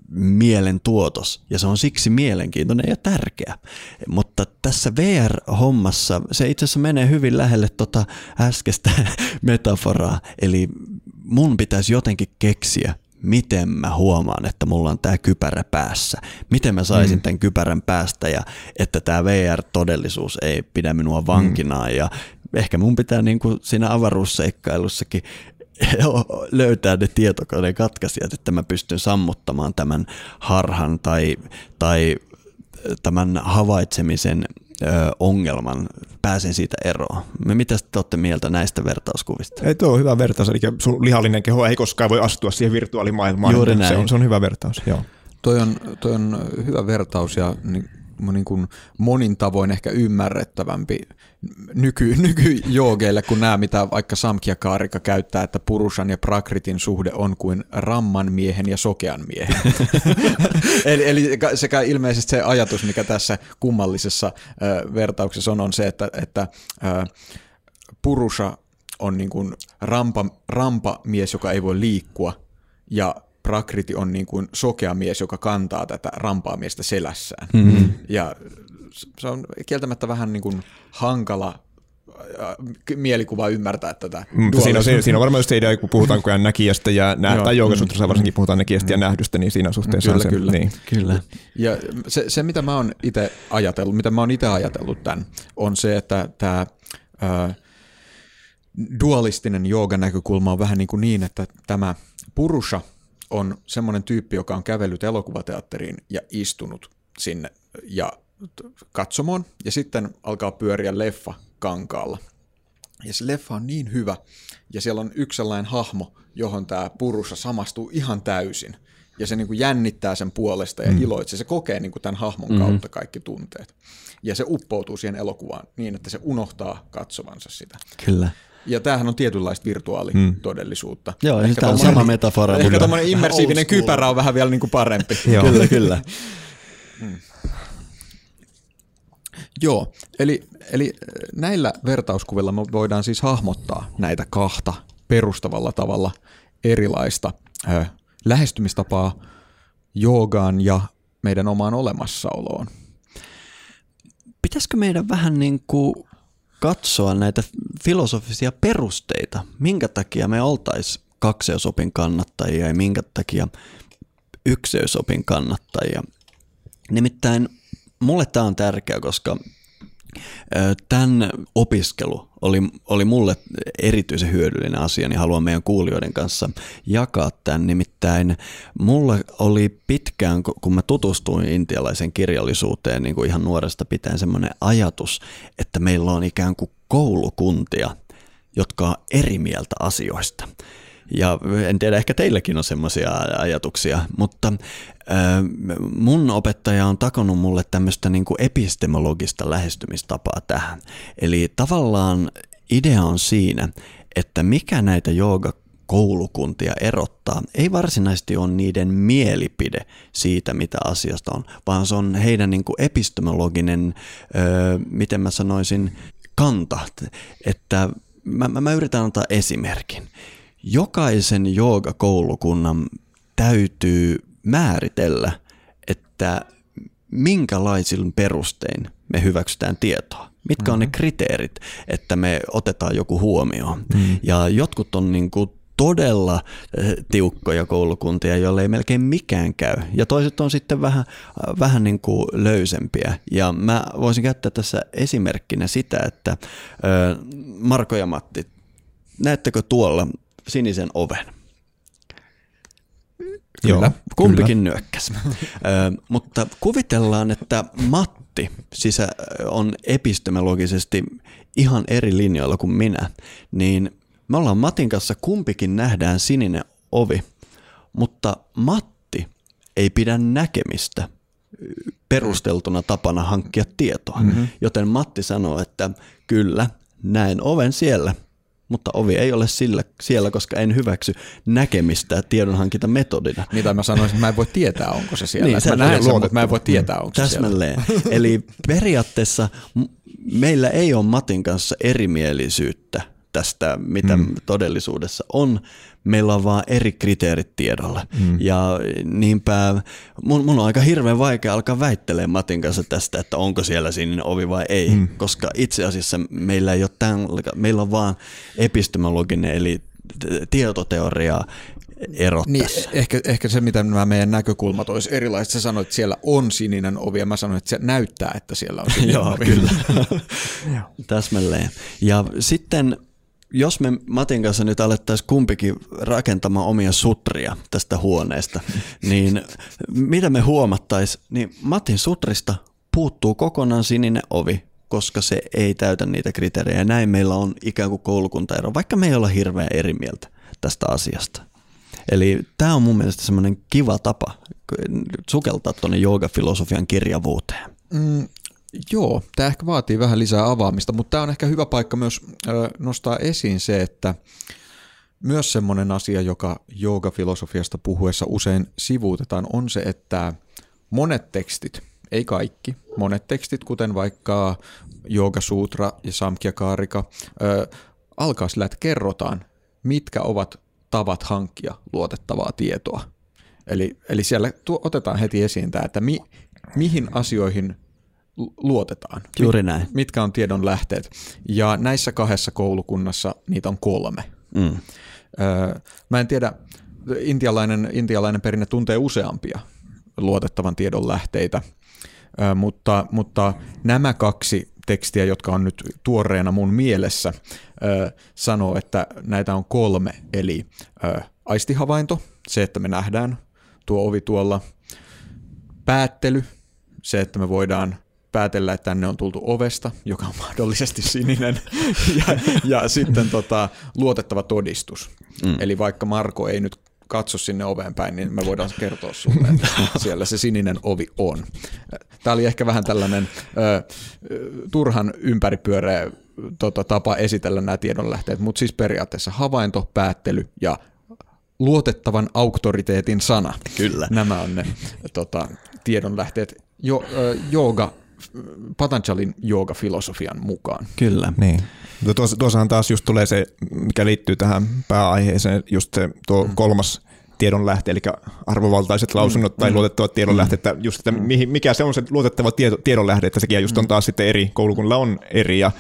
mielentuotos ja se on siksi mielenkiintoinen ja tärkeä. Mutta tässä VR-hommassa se itse asiassa menee hyvin lähelle äskeistä metaforaa, eli mun pitäisi jotenkin keksiä, miten mä huomaan, että mulla on tää kypärä päässä. Miten mä saisin tämän kypärän päästä ja että tää VR-todellisuus ei pidä minua vankinaan ja ehkä mun pitää niin kuin siinä avaruusseikkailussakin löytää ne tietokoneen katkaisijat, että mä pystyn sammuttamaan tämän harhan tai tämän havaitsemisen ongelman, pääsen siitä eroon. Mitä te olette mieltä näistä vertauskuvista? Ei, tuo on hyvä vertaus, eli sun lihallinen keho ei koskaan voi astua siihen virtuaalimaailmaan. Juuri näin. Se on hyvä vertaus, joo. Toi on hyvä vertaus ja niin kuin monin tavoin ehkä ymmärrettävämpi nykyjoogeille kuin nämä, mitä vaikka Samkhya-kaarika käyttää, että Purushan ja Prakritin suhde on kuin ramman miehen ja sokean miehen. eli sekä ilmeisesti se ajatus, mikä tässä kummallisessa vertauksessa on se, että Purusha on niin kuin rampa mies, joka ei voi liikkua, ja Prakriti on niin kuin sokea mies, joka kantaa tätä rampaa miestä selässään. Mm-hmm. Ja se on kieltämättä vähän niin kuin hankala mielikuva ymmärtää tätä. Siinä on varmaan just se idea, kun puhutaan koko ajan näkijästä tai Joogasutrassa varsinkin puhutaan näkijästä ja nähdystä, niin siinä suhteessa kyllä, on se. Kyllä. Niin. Kyllä. Ja se mitä mä oon itse ajatellut tämän, on se, että tämä dualistinen joogan näkökulma on vähän niin, että tämä Purusha on semmoinen tyyppi, joka on kävellyt elokuvateatteriin ja istunut sinne ja katsomoon, ja sitten alkaa pyöriä leffa kankaalla. Ja se leffa on niin hyvä, ja siellä on yksi sellainen hahmo, johon tämä Purusha samastuu ihan täysin, ja se niin kuin jännittää sen puolesta ja iloitsee. Se kokee niin kuin tämän hahmon kautta kaikki tunteet. Ja se uppoutuu siihen elokuvaan niin, että se unohtaa katsovansa sitä. Kyllä. Ja tämähän on tietynlaista virtuaalitodellisuutta. Joo, ehkä tämä on sama metafora. Ehkä tämmöinen immersiivinen kypärä on vähän vielä niin kuin parempi. Kyllä. Joo, eli näillä vertauskuvilla me voidaan siis hahmottaa näitä kahta perustavalla tavalla erilaista lähestymistapaa joogaan ja meidän omaan olemassaoloon. Pitäisikö meidän vähän niin kuin katsoa näitä filosofisia perusteita, minkä takia me oltaisiin kakseusopin kannattajia ja minkä takia ykseysopin kannattajia. Nimittäin mulle tämä on tärkeä, koska tämän opiskelu oli mulle erityisen hyödyllinen asia, niin haluan meidän kuulijoiden kanssa jakaa tämän. Nimittäin mulla oli pitkään, kun mä tutustuin intialaiseen kirjallisuuteen niin kuin ihan nuoresta pitäen semmoinen ajatus, että meillä on ikään kuin koulukuntia, jotka on eri mieltä asioista. Ja en tiedä, ehkä teilläkin on semmoisia ajatuksia, mutta mun opettaja on takonut mulle tämmöistä niin kuin epistemologista lähestymistapaa tähän. Eli tavallaan idea on siinä, että mikä näitä joogakoulukuntia erottaa, ei varsinaisesti ole niiden mielipide siitä, mitä asiasta on, vaan se on heidän niin kuin epistemologinen, miten mä sanoisin, kanta. Että mä yritän antaa esimerkin. Jokaisen joogakoulukunnan täytyy määritellä, että minkälaisin perustein me hyväksytään tietoa. Mitkä on ne kriteerit, että me otetaan joku huomioon. Ja jotkut on niin kuin todella tiukkoja koulukuntia, joille ei melkein mikään käy. Ja toiset on sitten vähän niin kuin löysempiä. Ja mä voisin käyttää tässä esimerkkinä sitä, että Marko ja Matti, näettekö tuolla sinisen oven? Kyllä. Kumpikin nyökkäs. Mutta kuvitellaan, että Matti on epistemologisesti ihan eri linjoilla kuin minä, niin me ollaan Matin kanssa kumpikin nähdään sininen ovi, mutta Matti ei pidä näkemistä perusteltuna tapana hankkia tietoa. Joten Matti sanoo, että kyllä, näen oven siellä, mutta ovi ei ole siellä, koska en hyväksy näkemistä tiedonhankinta metodina. Mitä mä sanoisin, että mä en voi tietää, onko se siellä. Niin, mä näen sen, mutta mä en voi tietää, onko se siellä. Täsmälleen. Eli periaatteessa meillä ei ole Matin kanssa erimielisyyttä tästä, mitä todellisuudessa on. Meillä on vaan eri kriteerit tiedolla. Ja niinpä mun on aika hirveän vaikea alkaa väittelemään Matin kanssa tästä, että onko siellä sininen ovi vai ei, koska itse asiassa meillä ei ole meillä on vaan epistemologinen eli tietoteoria erot tässä. Ehkä se, mitä meidän näkökulmat olisi erilaiset. Sä sanoit, että siellä on sininen ovi ja mä sanoin, että se näyttää, että siellä on sininen ovi. Kyllä. Täsmälleen. Ja sitten jos me Matin kanssa nyt alettaisiin kumpikin rakentamaan omia sutria tästä huoneesta, niin mitä me huomattaisiin, niin Matin sutrista puuttuu kokonaan sininen ovi, koska se ei täytä niitä kriteerejä. Näin meillä on ikään kuin koulukuntaero, vaikka me ei olla hirveän eri mieltä tästä asiasta. Eli tämä on mun mielestä semmoinen kiva tapa sukeltaa tuonne joogafilosofian kirjavuuteen. Joo, tämä ehkä vaatii vähän lisää avaamista, mutta tämä on ehkä hyvä paikka myös nostaa esiin se, että myös semmoinen asia, joka joogafilosofiasta puhuessa usein sivuutetaan, on se, että monet tekstit, ei kaikki, monet tekstit, kuten vaikka Yoga-sutra ja Samkhya-karika, alkaa sillä, että kerrotaan, mitkä ovat tavat hankkia luotettavaa tietoa. Eli siellä otetaan heti esiin tämä, että mihin asioihin luotetaan. Juuri näin. Mitkä on tiedon lähteet. Ja näissä 2 koulukunnassa niitä on 3. Mä en tiedä, intialainen perinne tuntee useampia luotettavan tiedon lähteitä, mutta nämä 2 tekstiä, jotka on nyt tuoreena mun mielessä, sanoo, että näitä on 3, eli aistihavainto, se, että me nähdään tuo ovi tuolla, päättely, se, että me voidaan päätellä, että tänne on tultu ovesta, joka on mahdollisesti sininen, ja sitten luotettava todistus. Eli vaikka Marko ei nyt katso sinne oveen päin, niin me voidaan kertoa sulle, että siellä se sininen ovi on. Tämä oli ehkä vähän tällainen turhan ympäripyöreä tapa esitellä nämä tiedonlähteet, mutta siis periaatteessa havainto, päättely ja luotettavan auktoriteetin sana. Kyllä. Nämä on ne tiedonlähteet Patanjalin joogafilosofian mukaan. Kyllä. Niin. Tuossahan taas just tulee se, mikä liittyy tähän pääaiheeseen, just se tuo 3. tiedonlähte, eli arvovaltaiset lausunnot tai luotettavat tiedonlähteet, että just, että mikä se on se luotettava tiedonlähde, että sekin just on taas sitten eri, koulukunnalla on eri ja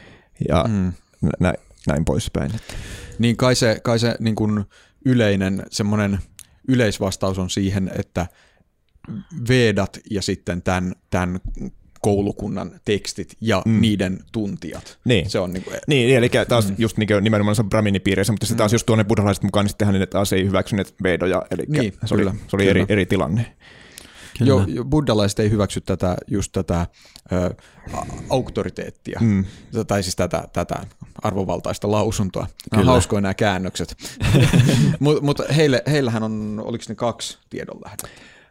näin poispäin. Niin kai se niin kuin yleinen semmoinen yleisvastaus on siihen, että Vedat ja sitten tämän koulukunnan tekstit ja niiden tuntijat. Niin. Se on niin kuin niin, eli taas just nimenomaan brahminipiireissä, mutta se taas just tuonne buddhalaiset mukaan, niin sittenhän ne taas ei hyväksyneet vedoja, eli niin, se oli eri tilanne. Joo, buddhalaiset ei hyväksy tätä auktoriteettia, tai siis tätä arvovaltaista lausuntoa. Nämä on hauskoja nämä käännökset. Mutta heillähän on, oliko ne 2 tiedonlähdettä?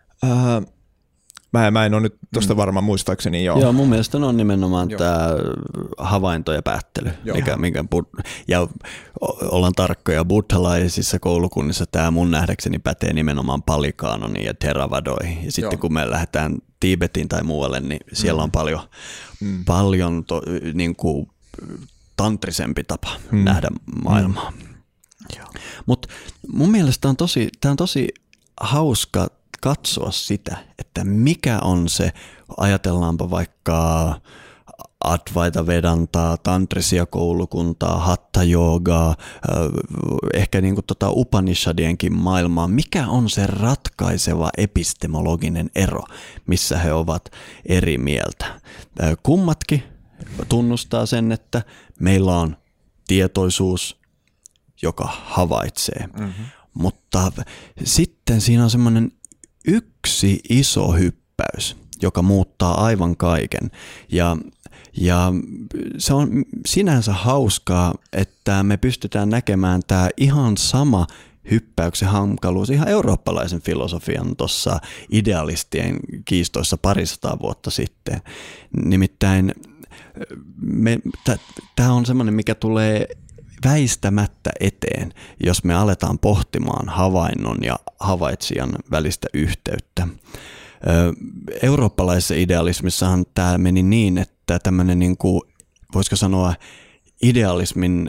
Mä en ole nyt tuosta varmaan muistaakseni. Joo, mun mielestä on nimenomaan tämä havainto ja päättely. Ja ollaan tarkkoja, buddhalaisissa koulukunnissa tämä mun nähdäkseni pätee nimenomaan Palikaanoniin ja Theravadoihin. Ja sitten kun me lähdetään Tiibetiin tai muualle, niin siellä on paljon niin kuin tantrisempi tapa nähdä maailmaa. Mutta mun mielestä tämä on tosi hauska katsoa sitä, että mikä on se, ajatellaanpa vaikka Advaita Vedantaa, tantrisia koulukuntaa, Hatha Joogaa, ehkä niin kuin Upanishadienkin maailmaa, mikä on se ratkaiseva epistemologinen ero, missä he ovat eri mieltä. Kummatkin tunnustaa sen, että meillä on tietoisuus, joka havaitsee, mutta sitten siinä on semmoinen yksi iso hyppäys, joka muuttaa aivan kaiken. Ja se on sinänsä hauskaa, että me pystytään näkemään tämä ihan sama hyppäyksen hankaluus ihan eurooppalaisen filosofian tuossa idealistien kiistoissa 200 vuotta sitten. Nimittäin tämä on semmoinen, mikä tulee väistämättä eteen, jos me aletaan pohtimaan havainnon ja havaitsijan välistä yhteyttä. Eurooppalaisessa idealismissahan tämä meni niin, että tämmöinen, niin kuin, voisiko sanoa, idealismin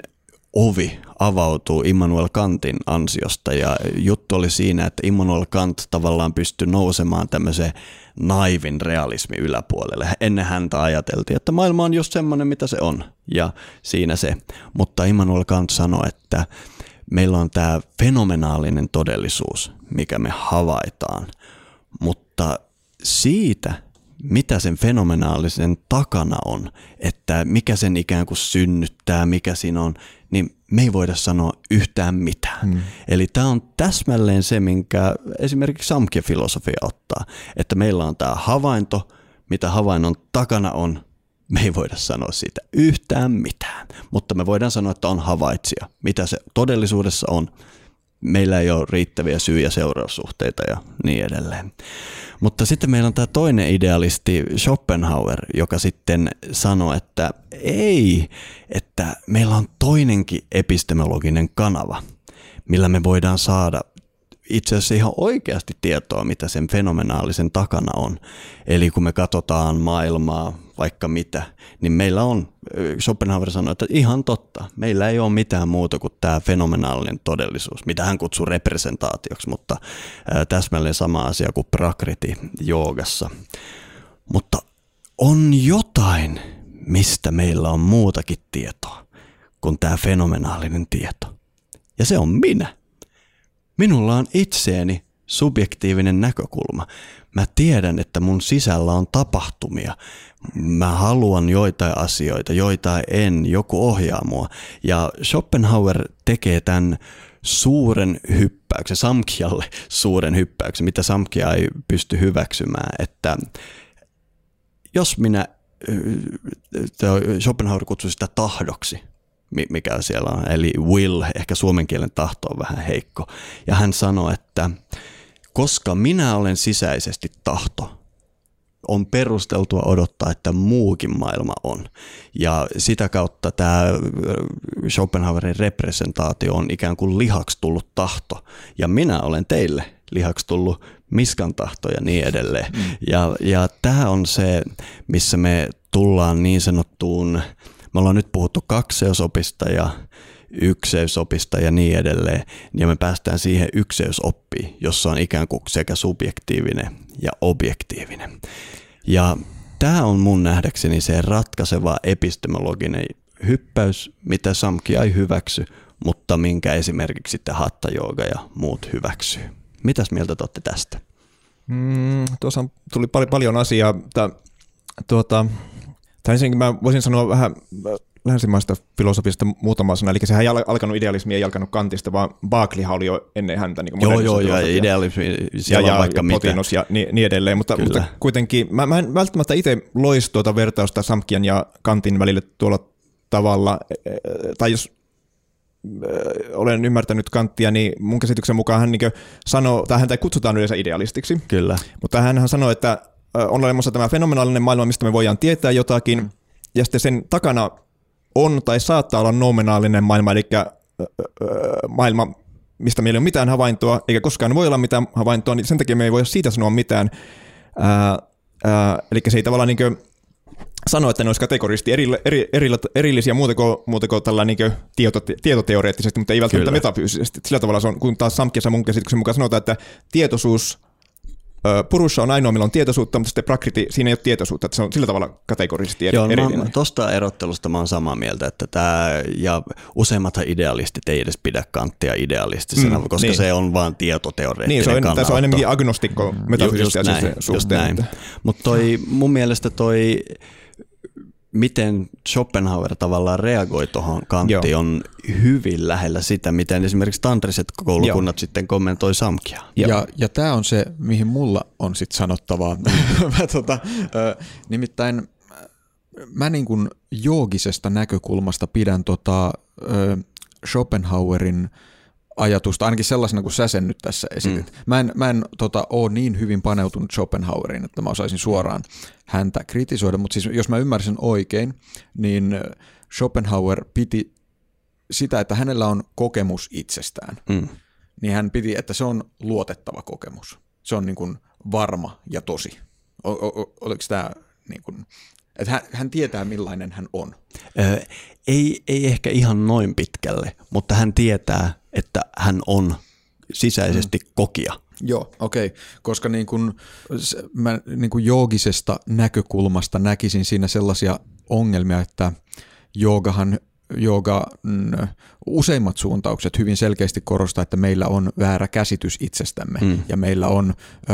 ovi avautuu Immanuel Kantin ansiosta ja juttu oli siinä, että Immanuel Kant tavallaan pystyi nousemaan tämmöiseen naivin realismin yläpuolelle. Ennen häntä ajateltiin, että maailma on just semmoinen, mitä se on ja siinä se. Mutta Immanuel Kant sanoi, että meillä on tämä fenomenaalinen todellisuus, mikä me havaitaan, mutta siitä, mitä sen fenomenaalisen takana on, että mikä sen ikään kuin synnyttää, mikä siinä on, niin me ei voida sanoa yhtään mitään. Eli tämä on täsmälleen se, minkä esimerkiksi Samkhya-filosofia ottaa, että meillä on tämä havainto, mitä havainnon takana on, me ei voida sanoa siitä yhtään mitään, mutta me voidaan sanoa, että on havaitsija. Mitä se todellisuudessa on, meillä ei ole riittäviä syy- ja seuraussuhteita ja niin edelleen. Mutta sitten meillä on tämä toinen idealisti Schopenhauer, joka sitten sanoi, että ei, että meillä on toinenkin epistemologinen kanava, millä me voidaan saada itse asiassa ihan oikeasti tietoa, mitä sen fenomenaalisen takana on. Eli kun me katsotaan maailmaa, vaikka mitä, niin meillä on, Schopenhauer sanoi, että ihan totta, meillä ei ole mitään muuta kuin tämä fenomenaalinen todellisuus, mitä hän kutsuu representaatioksi, mutta täsmälleen sama asia kuin prakriti joogassa. Mutta on jotain, mistä meillä on muutakin tietoa kuin tämä fenomenaalinen tieto. Ja se on minä. Minulla on itseeni subjektiivinen näkökulma. Mä tiedän, että mun sisällä on tapahtumia. Mä haluan joitain asioita, joitain en, joku ohjaa mua. Ja Schopenhauer tekee tämän suuren hyppäyksen, Samkhyalle suuren hyppäyksen, mitä Samkhya ei pysty hyväksymään. Että jos Schopenhauer kutsui sitä tahdoksi, mikä siellä on, eli will, ehkä suomen kielen tahto on vähän heikko. Ja hän sanoi, että koska minä olen sisäisesti tahto, on perusteltua odottaa, että muukin maailma on. Ja sitä kautta tämä Schopenhauerin representaatio on ikään kuin lihaksi tullut tahto. Ja minä olen teille lihaksi tullut miskan tahto ja niin edelleen. Ja tämä on se, missä me tullaan niin sanottuun, me ollaan nyt puhuttu kakseusopista ja ykseysopista ja niin edelleen, ja me päästään siihen ykseysoppiin, jossa on ikään kuin sekä subjektiivinen ja objektiivinen. Ja tämä on mun nähdäkseni se ratkaiseva epistemologinen hyppäys, mitä Samkhya ei hyväksy, mutta minkä esimerkiksi sitten hatha-jooga ja muut hyväksyy. Mitäs mieltä te olette tästä? Tuossa tuli paljon asiaa. Ensinnäkin mä voisin sanoa vähän länsimaista filosofiasta muutama sana, eli sehän ei alkanut idealismi, ei alkanut Kantista, vaan Berkeleyhan oli jo ennen häntä. Niin joo, idealismi, siellä on vaikka mitä. Potinos ja niin edelleen, mutta kuitenkin mä en välttämättä itse loisi tuota vertausta Samkhyan ja Kantin välille tuolla tavalla, tai jos olen ymmärtänyt Kanttia, niin mun käsityksen mukaan hän niin sanoo, tai häntä kutsutaan yleensä idealistiksi. Kyllä. Mutta hänhän sanoi, että on olemassa tämä fenomenaalinen maailma, mistä me voidaan tietää jotakin, ja sitten sen takana on tai saattaa olla nominaalinen maailma, eli maailma, mistä meillä ei ole mitään havaintoa, eikä koskaan voi olla mitään havaintoa, niin sen takia me ei voi siitä sanoa mitään. Eli se ei tavallaan niin sano, että ne olisi kategorisesti erillisiä muuta kuin tällä niin tietoteoreettisesti, mutta ei välttämättä metafyysisesti. Sillä tavalla se on, kun taas Samkhya mun käsityksen mukaan sanotaan, että tietoisuus, Purusha on ainoa, millä on tietoisuutta, mutta sitten prakriti, siinä ei ole tietoisuutta, että se on sillä tavalla kategorisesti erillinen. Tuosta erottelusta mä oon samaa mieltä, että tämä, ja useimmathan idealistit ei edes pidä Kanttia idealistisena, koska niin. Se on vaan tietoteoreettinen kannanotto. Tässä on enemmänkin agnostikko metafyysistä suhteen. Mutta mun mielestä miten Schopenhauer tavallaan reagoi tuohon Kanttiin on hyvin lähellä sitä, miten esimerkiksi tantriset koulukunnat sitten kommentoi Samkhyaa. Ja tämä on se, mihin mulla on sitten sanottavaa. Nimittäin mä niin kuin joogisesta näkökulmasta pidän Schopenhauerin ajatusta, ainakin sellaisena kuin sä sen nyt tässä esitit. Mä en ole niin hyvin paneutunut Schopenhaueriin, että mä osaisin suoraan häntä kritisoida, mutta siis jos mä ymmärsin oikein, niin Schopenhauer piti sitä, että hänellä on kokemus itsestään, niin hän piti, että se on luotettava kokemus. Se on niin kuin varma ja tosi. Oliko tämä niin kuin, että hän tietää millainen hän on. Ei ehkä ihan noin pitkälle, mutta hän tietää, että hän on sisäisesti kokija. Joo, okei. Koska mä joogisesta näkökulmasta näkisin siinä sellaisia ongelmia, että useimmat suuntaukset hyvin selkeästi korostaa, että meillä on väärä käsitys itsestämme ja meillä on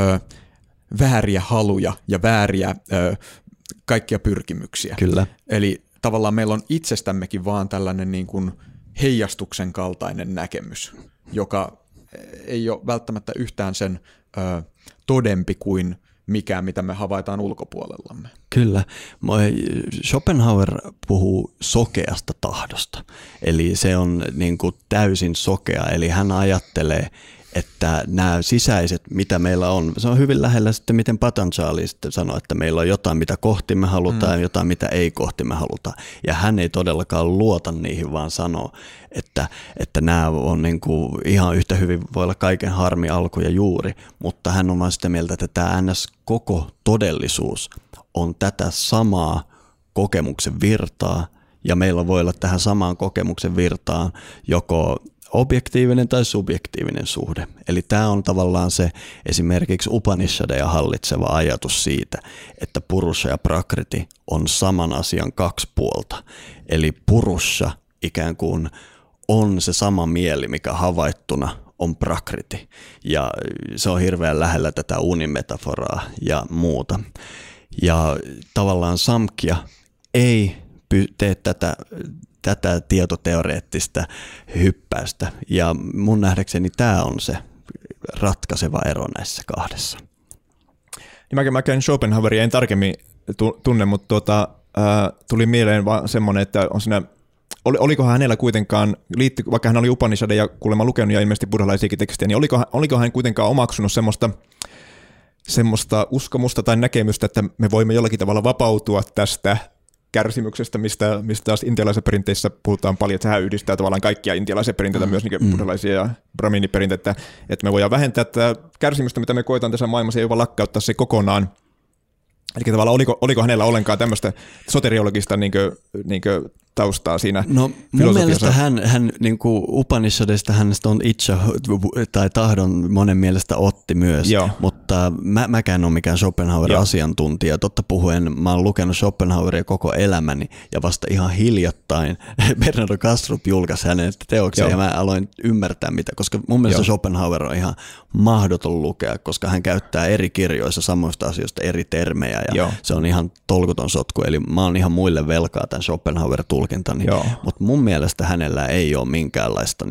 vääriä haluja ja vääriä kaikkia pyrkimyksiä. Kyllä. Eli tavallaan meillä on itsestämmekin vaan tällainen niin kuin heijastuksen kaltainen näkemys, joka ei ole välttämättä yhtään sen todempi kuin mikään, mitä me havaitaan ulkopuolellamme. Kyllä. Schopenhauer puhuu sokeasta tahdosta, eli se on niin kuin täysin sokea, eli hän ajattelee, että nämä sisäiset, mitä meillä on, se on hyvin lähellä sitten, miten Patanjali sitten sanoo, että meillä on jotain, mitä kohti me halutaan ja jotain, mitä ei kohti me halutaan. Ja hän ei todellakaan luota niihin, vaan sanoo, että nämä on niin kuin ihan yhtä hyvin, voi olla kaiken harmi, alku ja juuri, mutta hän on vaan sitä mieltä, että tämä NS koko todellisuus on tätä samaa kokemuksen virtaa, ja meillä voi olla tähän samaan kokemuksen virtaan joko objektiivinen tai subjektiivinen suhde. Eli tämä on tavallaan se esimerkiksi Upanishadeja hallitseva ajatus siitä, että purusha ja prakriti on saman asian kaksi puolta. Eli purusha ikään kuin on se sama mieli, mikä havaittuna on prakriti. Ja se on hirveän lähellä tätä unimetaforaa ja muuta. Ja tavallaan samkhya ei tee tätä tietoteoreettista hyppäystä. Ja mun nähdäkseni tämä on se ratkaiseva ero näissä kahdessa. Mä käyn Schopenhaueria en tarkemmin tunne, mutta tuli mieleen vaan semmoinen, että on siinä, olikohan hänellä kuitenkaan, vaikka hän oli Upanishadeja kuulemma lukenut ja ilmeisesti buddhalaisiakin tekstejä, niin oliko hän kuitenkaan omaksunut semmoista uskomusta tai näkemystä, että me voimme jollakin tavalla vapautua tästä kärsimyksestä, mistä taas intialaisissa perinteissä puhutaan paljon, että sehän yhdistää tavallaan kaikkia intialaisia perinteitä, myös niin buddhalaisia ja brahminiperinteitä, että me voidaan vähentää tätä kärsimystä, mitä me koetaan tässä maailmassa, ja jopa lakkauttaa se kokonaan. Eli tavallaan oliko hänellä ollenkaan tämmöistä soteriologista niinkö taustaa siinä mun mielestä hän niin kuin Upanishadista hänestä on itse tai tahdon monen mielestä otti myös, mutta mäkään en ole mikään Schopenhauer-asiantuntija. Totta puhuen, mä oon lukenut Schopenhaueria koko elämäni ja vasta ihan hiljattain Bernardo Kastrup julkaisi hänen teoksia ja mä aloin ymmärtää mitä, koska mun mielestä Schopenhauer on ihan mahdoton lukea, koska hän käyttää eri kirjoissa samoista asioista eri termejä ja se on ihan tolkuton sotku, eli mä oon ihan muille velkaa tämän Schopenhauer-tulkintani, mutta mun mielestä hänellä ei ole minkäänlaista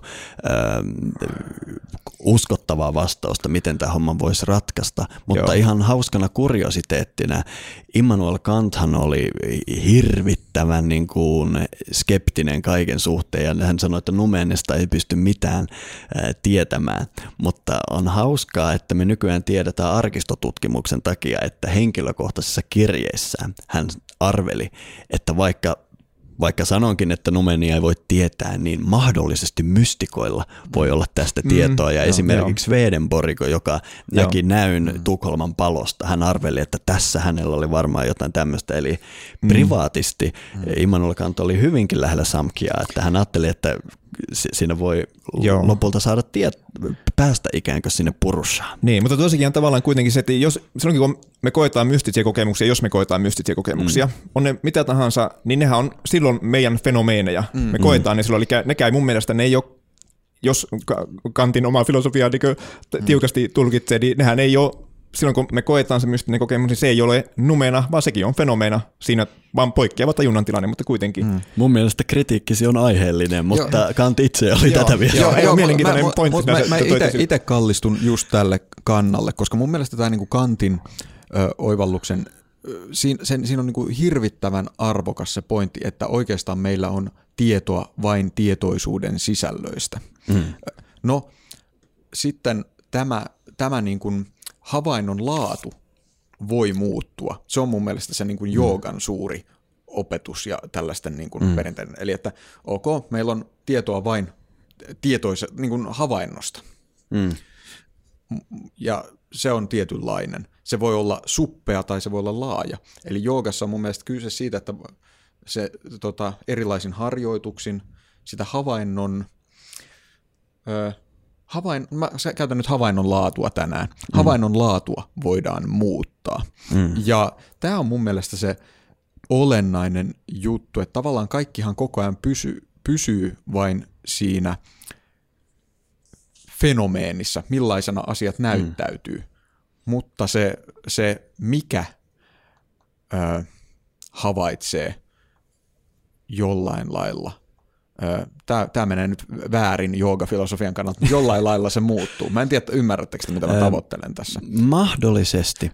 uskottavaa vastausta, miten tämä homma voisi ratkaista, mutta ihan hauskana kuriositeettina Immanuel Kanthan oli hirvittävän skeptinen kaiken suhteen ja hän sanoi, että Numenesta ei pysty mitään tietämään, mutta on hauskaa, että me nykyään tiedetään arkistotutkimuksen takia, että henkilökohtaisissa kirjeissään hän arveli, että vaikka sanonkin, että Numenia ei voi tietää, niin mahdollisesti mystikoilla voi olla tästä tietoa. Ja esimerkiksi Swedenborg, joka näki näyn Tukholman palosta, hän arveli, että tässä hänellä oli varmaan jotain tämmöistä. Eli privaatisti Immanuel Kant oli hyvinkin lähellä samkhyaa, että hän ajatteli, että siinä voi lopulta saada päästä ikään kuin sinne purushaan. Niin, mutta tosikin on tavallaan kuitenkin se, että silloinkin kun me koetaan mystisiä kokemuksia, jos me koetaan mystisiä kokemuksia, on ne mitä tahansa, niin nehän on silloin meidän fenomeeneja. Me koetaan ne silloin, eli nekään mun mielestä ne ei ole, jos Kantin omaa filosofiaa tiukasti tulkitsee, niin nehän ei ole, silloin kun me koetaan se mystinen kokemus, niin se ei ole numena, vaan sekin on fenomeena. Siinä vaan poikkeava tajunnan tilanne, mutta kuitenkin. Mun mielestä kritiikkisi on aiheellinen, mutta Kant itse oli tätä mieltä. Joo, mielenkiintoinen pointti. Mä itse kallistun just tälle kannalle, koska mun mielestä tämä niinku Kantin oivalluksen, siinä on niinku hirvittävän arvokas se pointti, että oikeastaan meillä on tietoa vain tietoisuuden sisällöistä. No sitten tämä niin kuin havainnon laatu voi muuttua. Se on mun mielestä se niin kuin joogan suuri opetus ja tällaisten niin kuin perinteinen. Eli että meillä on tietoa vain niin kuin havainnosta. Ja se on tietynlainen. Se voi olla suppea tai se voi olla laaja. Eli joogassa on mun mielestä kyse siitä, että erilaisin harjoituksin sitä mä käytän nyt havainnon laatua tänään. Havainnon laatua voidaan muuttaa. Ja tämä on mun mielestä se olennainen juttu, että tavallaan kaikkihan koko ajan pysyy vain siinä fenomeenissa, millaisena asiat näyttäytyy. Mutta se mikä havaitsee jollain lailla, tämä menee nyt väärin joogafilosofian kannalta, jollain lailla se muuttuu. Mä en tiedä, ymmärrättekö mitä mä tavoittelen tässä? Mahdollisesti.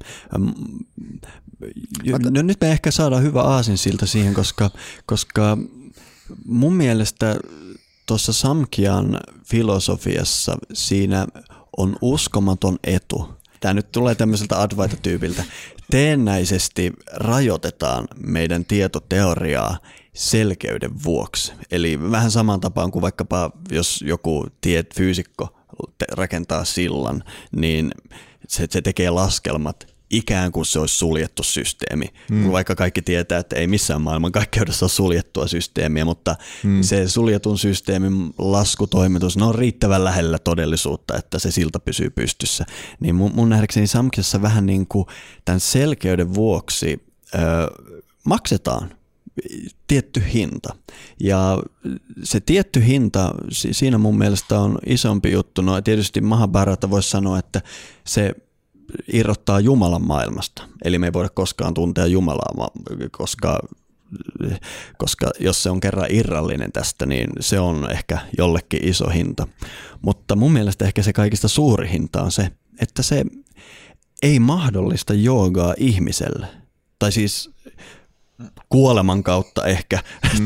No nyt me ehkä saadaan hyvä aasinsilta siihen, koska mun mielestä tuossa Samkhyan filosofiassa siinä on uskomaton etu. Tämä nyt tulee tämmöiseltä Advaita-tyypiltä. Teennäisesti rajoitetaan meidän tietoteoriaa selkeyden vuoksi. Eli vähän saman tapaan kuin vaikkapa jos joku fyysikko rakentaa sillan, niin se tekee laskelmat ikään kuin se olisi suljettu systeemi. Vaikka kaikki tietää, että ei missään maailmankaikkeudessa ole suljettua systeemiä, mutta se suljetun systeemin laskutoimitus on riittävän lähellä todellisuutta, että se silta pysyy pystyssä. Niin mun nähdäkseni Samkhyassa vähän niin kuin tämän selkeyden vuoksi maksetaan tietty hinta. Ja se tietty hinta, siinä mun mielestä on isompi juttu. No tietysti Mahabharata voisi sanoa, että se irrottaa Jumalan maailmasta. Eli me ei voida koskaan tuntea Jumalaa, koska jos se on kerran irrallinen tästä, niin se on ehkä jollekin iso hinta. Mutta mun mielestä ehkä se kaikista suuri hinta on se, että se ei mahdollista joogaa ihmiselle. Tai siis kuoleman kautta ehkä,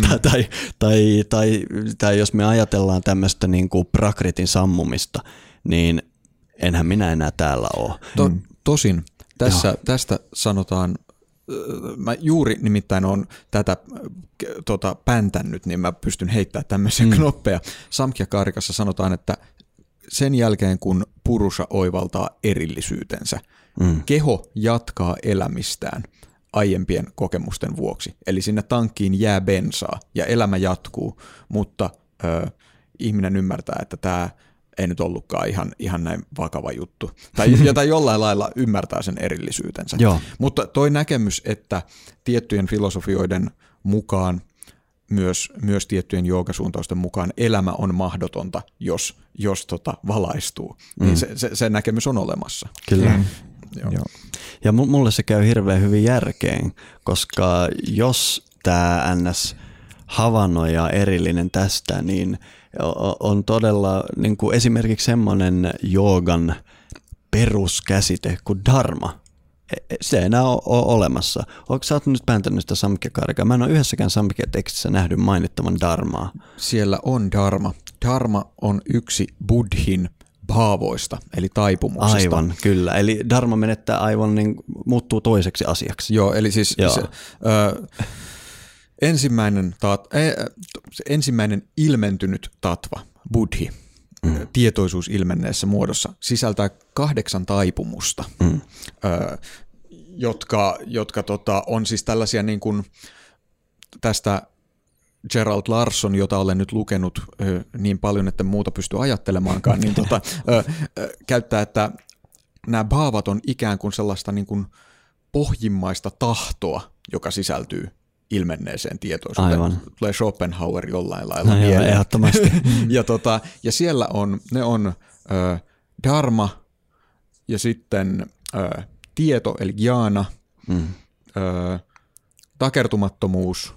tai jos me ajatellaan tämmöistä niin kuin prakritin sammumista, niin enhän minä enää täällä ole. Tosin tästä sanotaan, mä juuri nimittäin olen tätä päntännyt, niin mä pystyn heittämään tämmöisiä knoppeja. Samkhya-karikassa sanotaan, että sen jälkeen kun Purusha oivaltaa erillisyytensä, keho jatkaa elämistään aiempien kokemusten vuoksi. Eli sinne tankkiin jää bensaa ja elämä jatkuu, mutta ihminen ymmärtää, että tämä ei nyt ollutkaan ihan näin vakava juttu. Tai jollain lailla ymmärtää sen erillisyytensä. Mutta toi näkemys, että tiettyjen filosofioiden mukaan, myös tiettyjen joogasuuntausten mukaan elämä on mahdotonta, jos valaistuu, niin se näkemys on olemassa. Kyllä. Joo. Ja mulle se käy hirveän hyvin järkeen, koska jos tämä NS havainnoija erillinen tästä, niin on todella niin kuin esimerkiksi semmoinen joogan peruskäsite kuin dharma. Se ei enää ole olemassa. Sä oot nyt pääntänyt sitä Samkhya-karikaa. Mä en ole yhdessäkään Samkhya-tekstissä nähnyt mainittavan dharmaa. Siellä on dharma. Dharma on yksi buddhin bhaavoista, eli taipumuksista. Aivan, kyllä. Eli dharma menettää aivan, niin muuttuu toiseksi asiaksi. Joo, eli siis ensimmäinen ilmentynyt tattva, buddhi, tietoisuus ilmenneessä muodossa, sisältää 8 taipumusta, jotka on siis tällaisia niin kuin tästä Gerald Larson, jota olen nyt lukenut niin paljon, että muuta pysty ajattelemaankaan, niin käyttää, että nämä bhaavat on ikään kuin sellaista niin kuin pohjimmaista tahtoa, joka sisältyy ilmenneeseen tietoisuuteen. Aivan. Tulee Schopenhauer jollain lailla mieleen. Ehdottomasti. Ja siellä ne on dharma ja sitten tieto, eli jnana, takertumattomuus,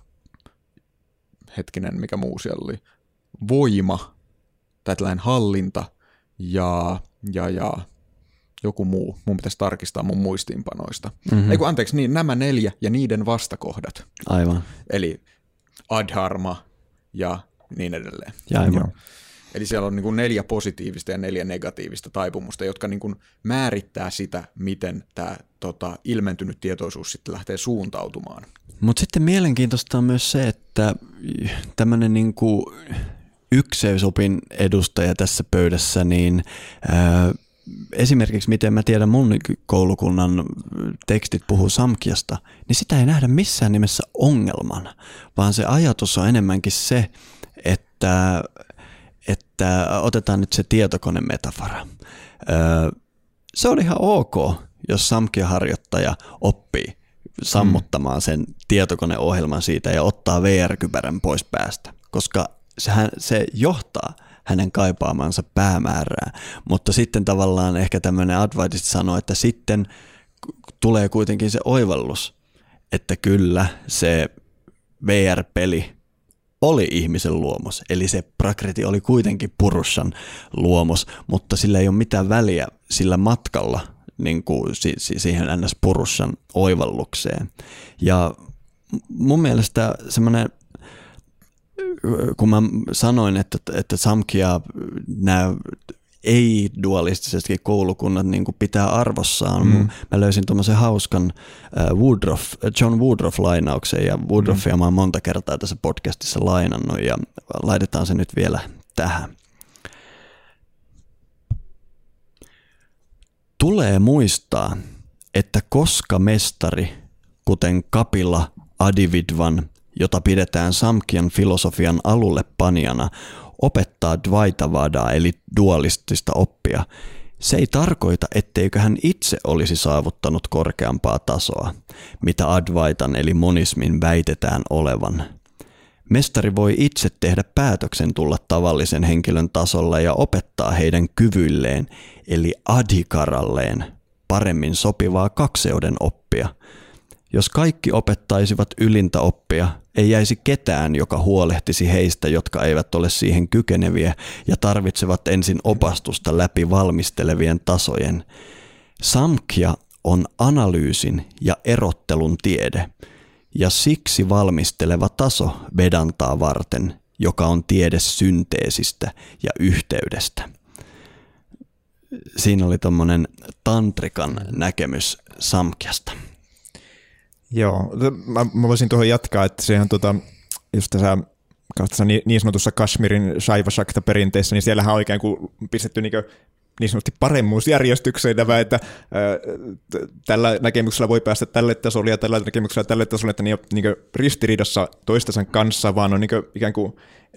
mikä muu siellä oli, voima, tai tällainen hallinta ja joku muu. Mun pitäisi tarkistaa mun muistiinpanoista. Niin nämä 4 ja niiden vastakohdat. Aivan. Eli adharma ja niin edelleen. Aivan. Eli siellä on niin kuin 4 positiivista ja 4 negatiivista taipumusta, jotka niin kuin määrittää sitä, miten tämä ilmentynyt tietoisuus sitten lähtee suuntautumaan. Mutta sitten mielenkiintoista on myös se, että tämmöinen niin kuin ykseysopin edustaja tässä pöydässä, niin esimerkiksi miten mä tiedän mun koulukunnan tekstit puhuu Samkhjasta, niin sitä ei nähdä missään nimessä ongelmana, vaan se ajatus on enemmänkin se, että otetaan nyt se tietokonemetafora. Se on ihan ok, jos Samkhja-harjoittaja oppii sammuttamaan sen tietokoneohjelman siitä ja ottaa VR-kypärän pois päästä, koska se johtaa hänen kaipaamansa päämäärää, mutta sitten tavallaan ehkä tämmöinen advaitist sanoo, että sitten tulee kuitenkin se oivallus, että kyllä se VR-peli oli ihmisen luomos, eli se Prakriti oli kuitenkin Purushan luomos, mutta sillä ei ole mitään väliä sillä matkalla niin kuin siihen ns. Purushan oivallukseen. Ja mun mielestä semmoinen, kun mä sanoin, että Samkhja nämä ei-dualistisesti koulukunnat niin kuin pitää arvossaan. Mä löysin tuommoisen hauskan John Woodruff-lainauksen, ja Woodruffia mä oon monta kertaa tässä podcastissa lainannut, ja laitetaan se nyt vielä tähän. Tulee muistaa, että koska mestari, kuten Kapila Adividvan, jota pidetään Samkhjan filosofian alulle panijana, opettaa Dvaitavadaa eli dualistista oppia, se ei tarkoita, etteikö hän itse olisi saavuttanut korkeampaa tasoa, mitä Advaitan eli monismin väitetään olevan. Mestari voi itse tehdä päätöksen tulla tavallisen henkilön tasolla ja opettaa heidän kyvyilleen, eli adhikaralleen, paremmin sopivaa kakseuden oppia. Jos kaikki opettaisivat ylintä oppia, ei jäisi ketään, joka huolehtisi heistä, jotka eivät ole siihen kykeneviä ja tarvitsevat ensin opastusta läpi valmistelevien tasojen. Samkhja on analyysin ja erottelun tiede, ja siksi valmisteleva taso Vedantaa varten, joka on tiede synteesistä ja yhteydestä. Siinä oli tommonen tantrikan näkemys Samkhyasta. Joo, mä voisin tuohon jatkaa, että sehän just tässä niin sanotussa Kashmirin Shaiva Shakta-perinteessä, niin siellähän on ikään kuin pistetty niin sanotusti paremmuusjärjestykseen tämä, että tällä näkemyksellä voi päästä tälle tasolle ja tällä näkemyksellä tälle tasolle, että niin ristiriidassa toistensa kanssa, vaan on niin ikään kuin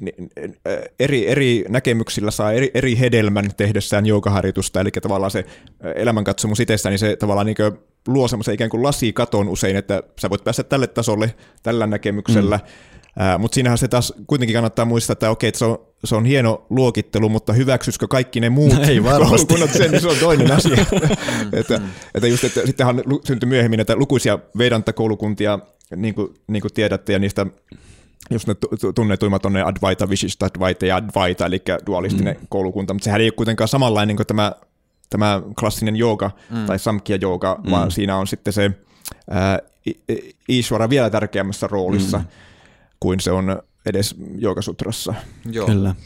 eri näkemyksillä saa eri hedelmän tehdessään joogaharjoitusta, eli tavallaan se elämänkatsomus itsessään, niin se tavallaan niin luo semmoisen ikään kuin lasikaton usein, että sä voit päästä tälle tasolle tällä näkemyksellä, mutta siinähän se taas kuitenkin kannattaa muistaa, että okei, että se on hieno luokittelu, mutta hyväksyisikö kaikki ne muut koulukunnat sen, niin se on toinen asia. että just, että sittenhän syntyi myöhemmin näitä lukuisia Vedanta-koulukuntia, niin kuin tiedätte, ja niistä just ne tunnetuimmat on ne Advaita, Vishishtadvaita ja Advaita, eli dualistinen koulukunta, mutta sehän ei ole kuitenkaan samanlainen kuin tämä klassinen jooga tai Samkhya-jooga, vaan siinä on sitten se Ishvara vielä tärkeämmässä roolissa kuin se on edes Joogasutrassa. Joo. Kyllä.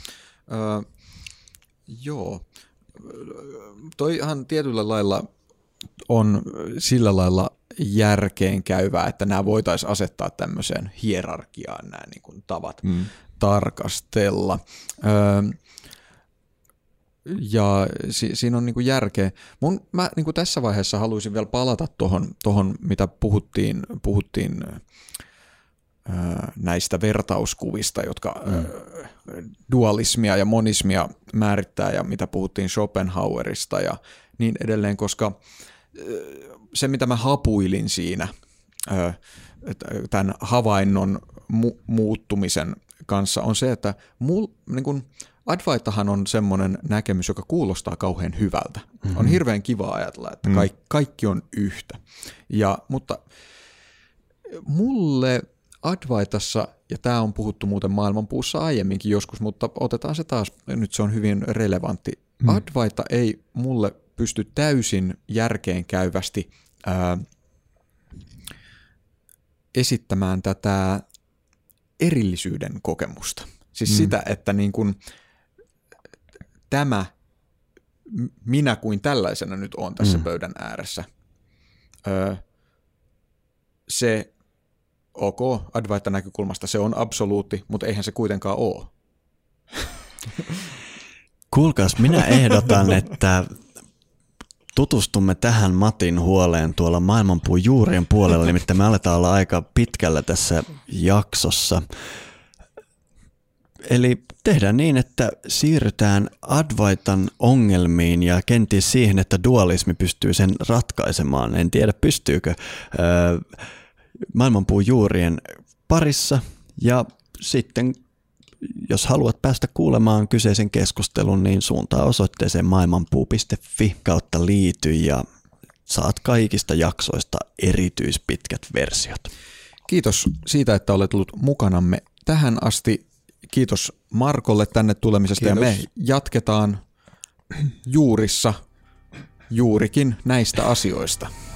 Joo. Toihan tietyllä lailla on sillä lailla järkeen käyvää, että nämä voitaisiin asettaa tämmöiseen hierarkiaan nämä niin kuin tavat tarkastella. Ja siinä on niin kuin järkeä. Mä niin kuin tässä vaiheessa haluaisin vielä palata tuohon mitä puhuttiin näistä vertauskuvista, jotka dualismia ja monismia määrittää, ja mitä puhuttiin Schopenhauerista ja niin edelleen, koska se, mitä mä hapuilin siinä tämän havainnon muuttumisen kanssa, on se, että niin kun Advaitahan on semmoinen näkemys, joka kuulostaa kauhean hyvältä. On hirveän kiva ajatella, että kaikki on yhtä. Mutta mulle Advaitassa, ja tämä on puhuttu muuten maailmanpuussa aiemminkin joskus, mutta otetaan se taas, nyt se on hyvin relevantti. Advaita ei mulle pysty täysin järkeenkäyvästi esittämään tätä erillisyyden kokemusta. Siis sitä, että niin kun tämä minä kuin tällaisena nyt on tässä pöydän ääressä, se ok, Advaita näkökulmasta se on absoluutti, mutta eihän se kuitenkaan ole. Kuulkaas, minä ehdotan, että tutustumme tähän Matin huoleen tuolla maailmanpuun juurien puolella, nimittäin me aletaan olla aika pitkällä tässä jaksossa. Eli tehdään niin, että siirrytään Advaitan ongelmiin ja kenties siihen, että dualismi pystyy sen ratkaisemaan. En tiedä, pystyykö maailmanpuun juurien parissa. Ja sitten, jos haluat päästä kuulemaan kyseisen keskustelun, niin suuntaa osoitteeseen maailmanpuu.fi/liity ja saat kaikista jaksoista erityispitkät versiot. Kiitos siitä, että olet ollut mukanamme tähän asti. Kiitos Markolle tänne tulemisesta. Kiitos. Ja me jatketaan juurissa juurikin näistä asioista.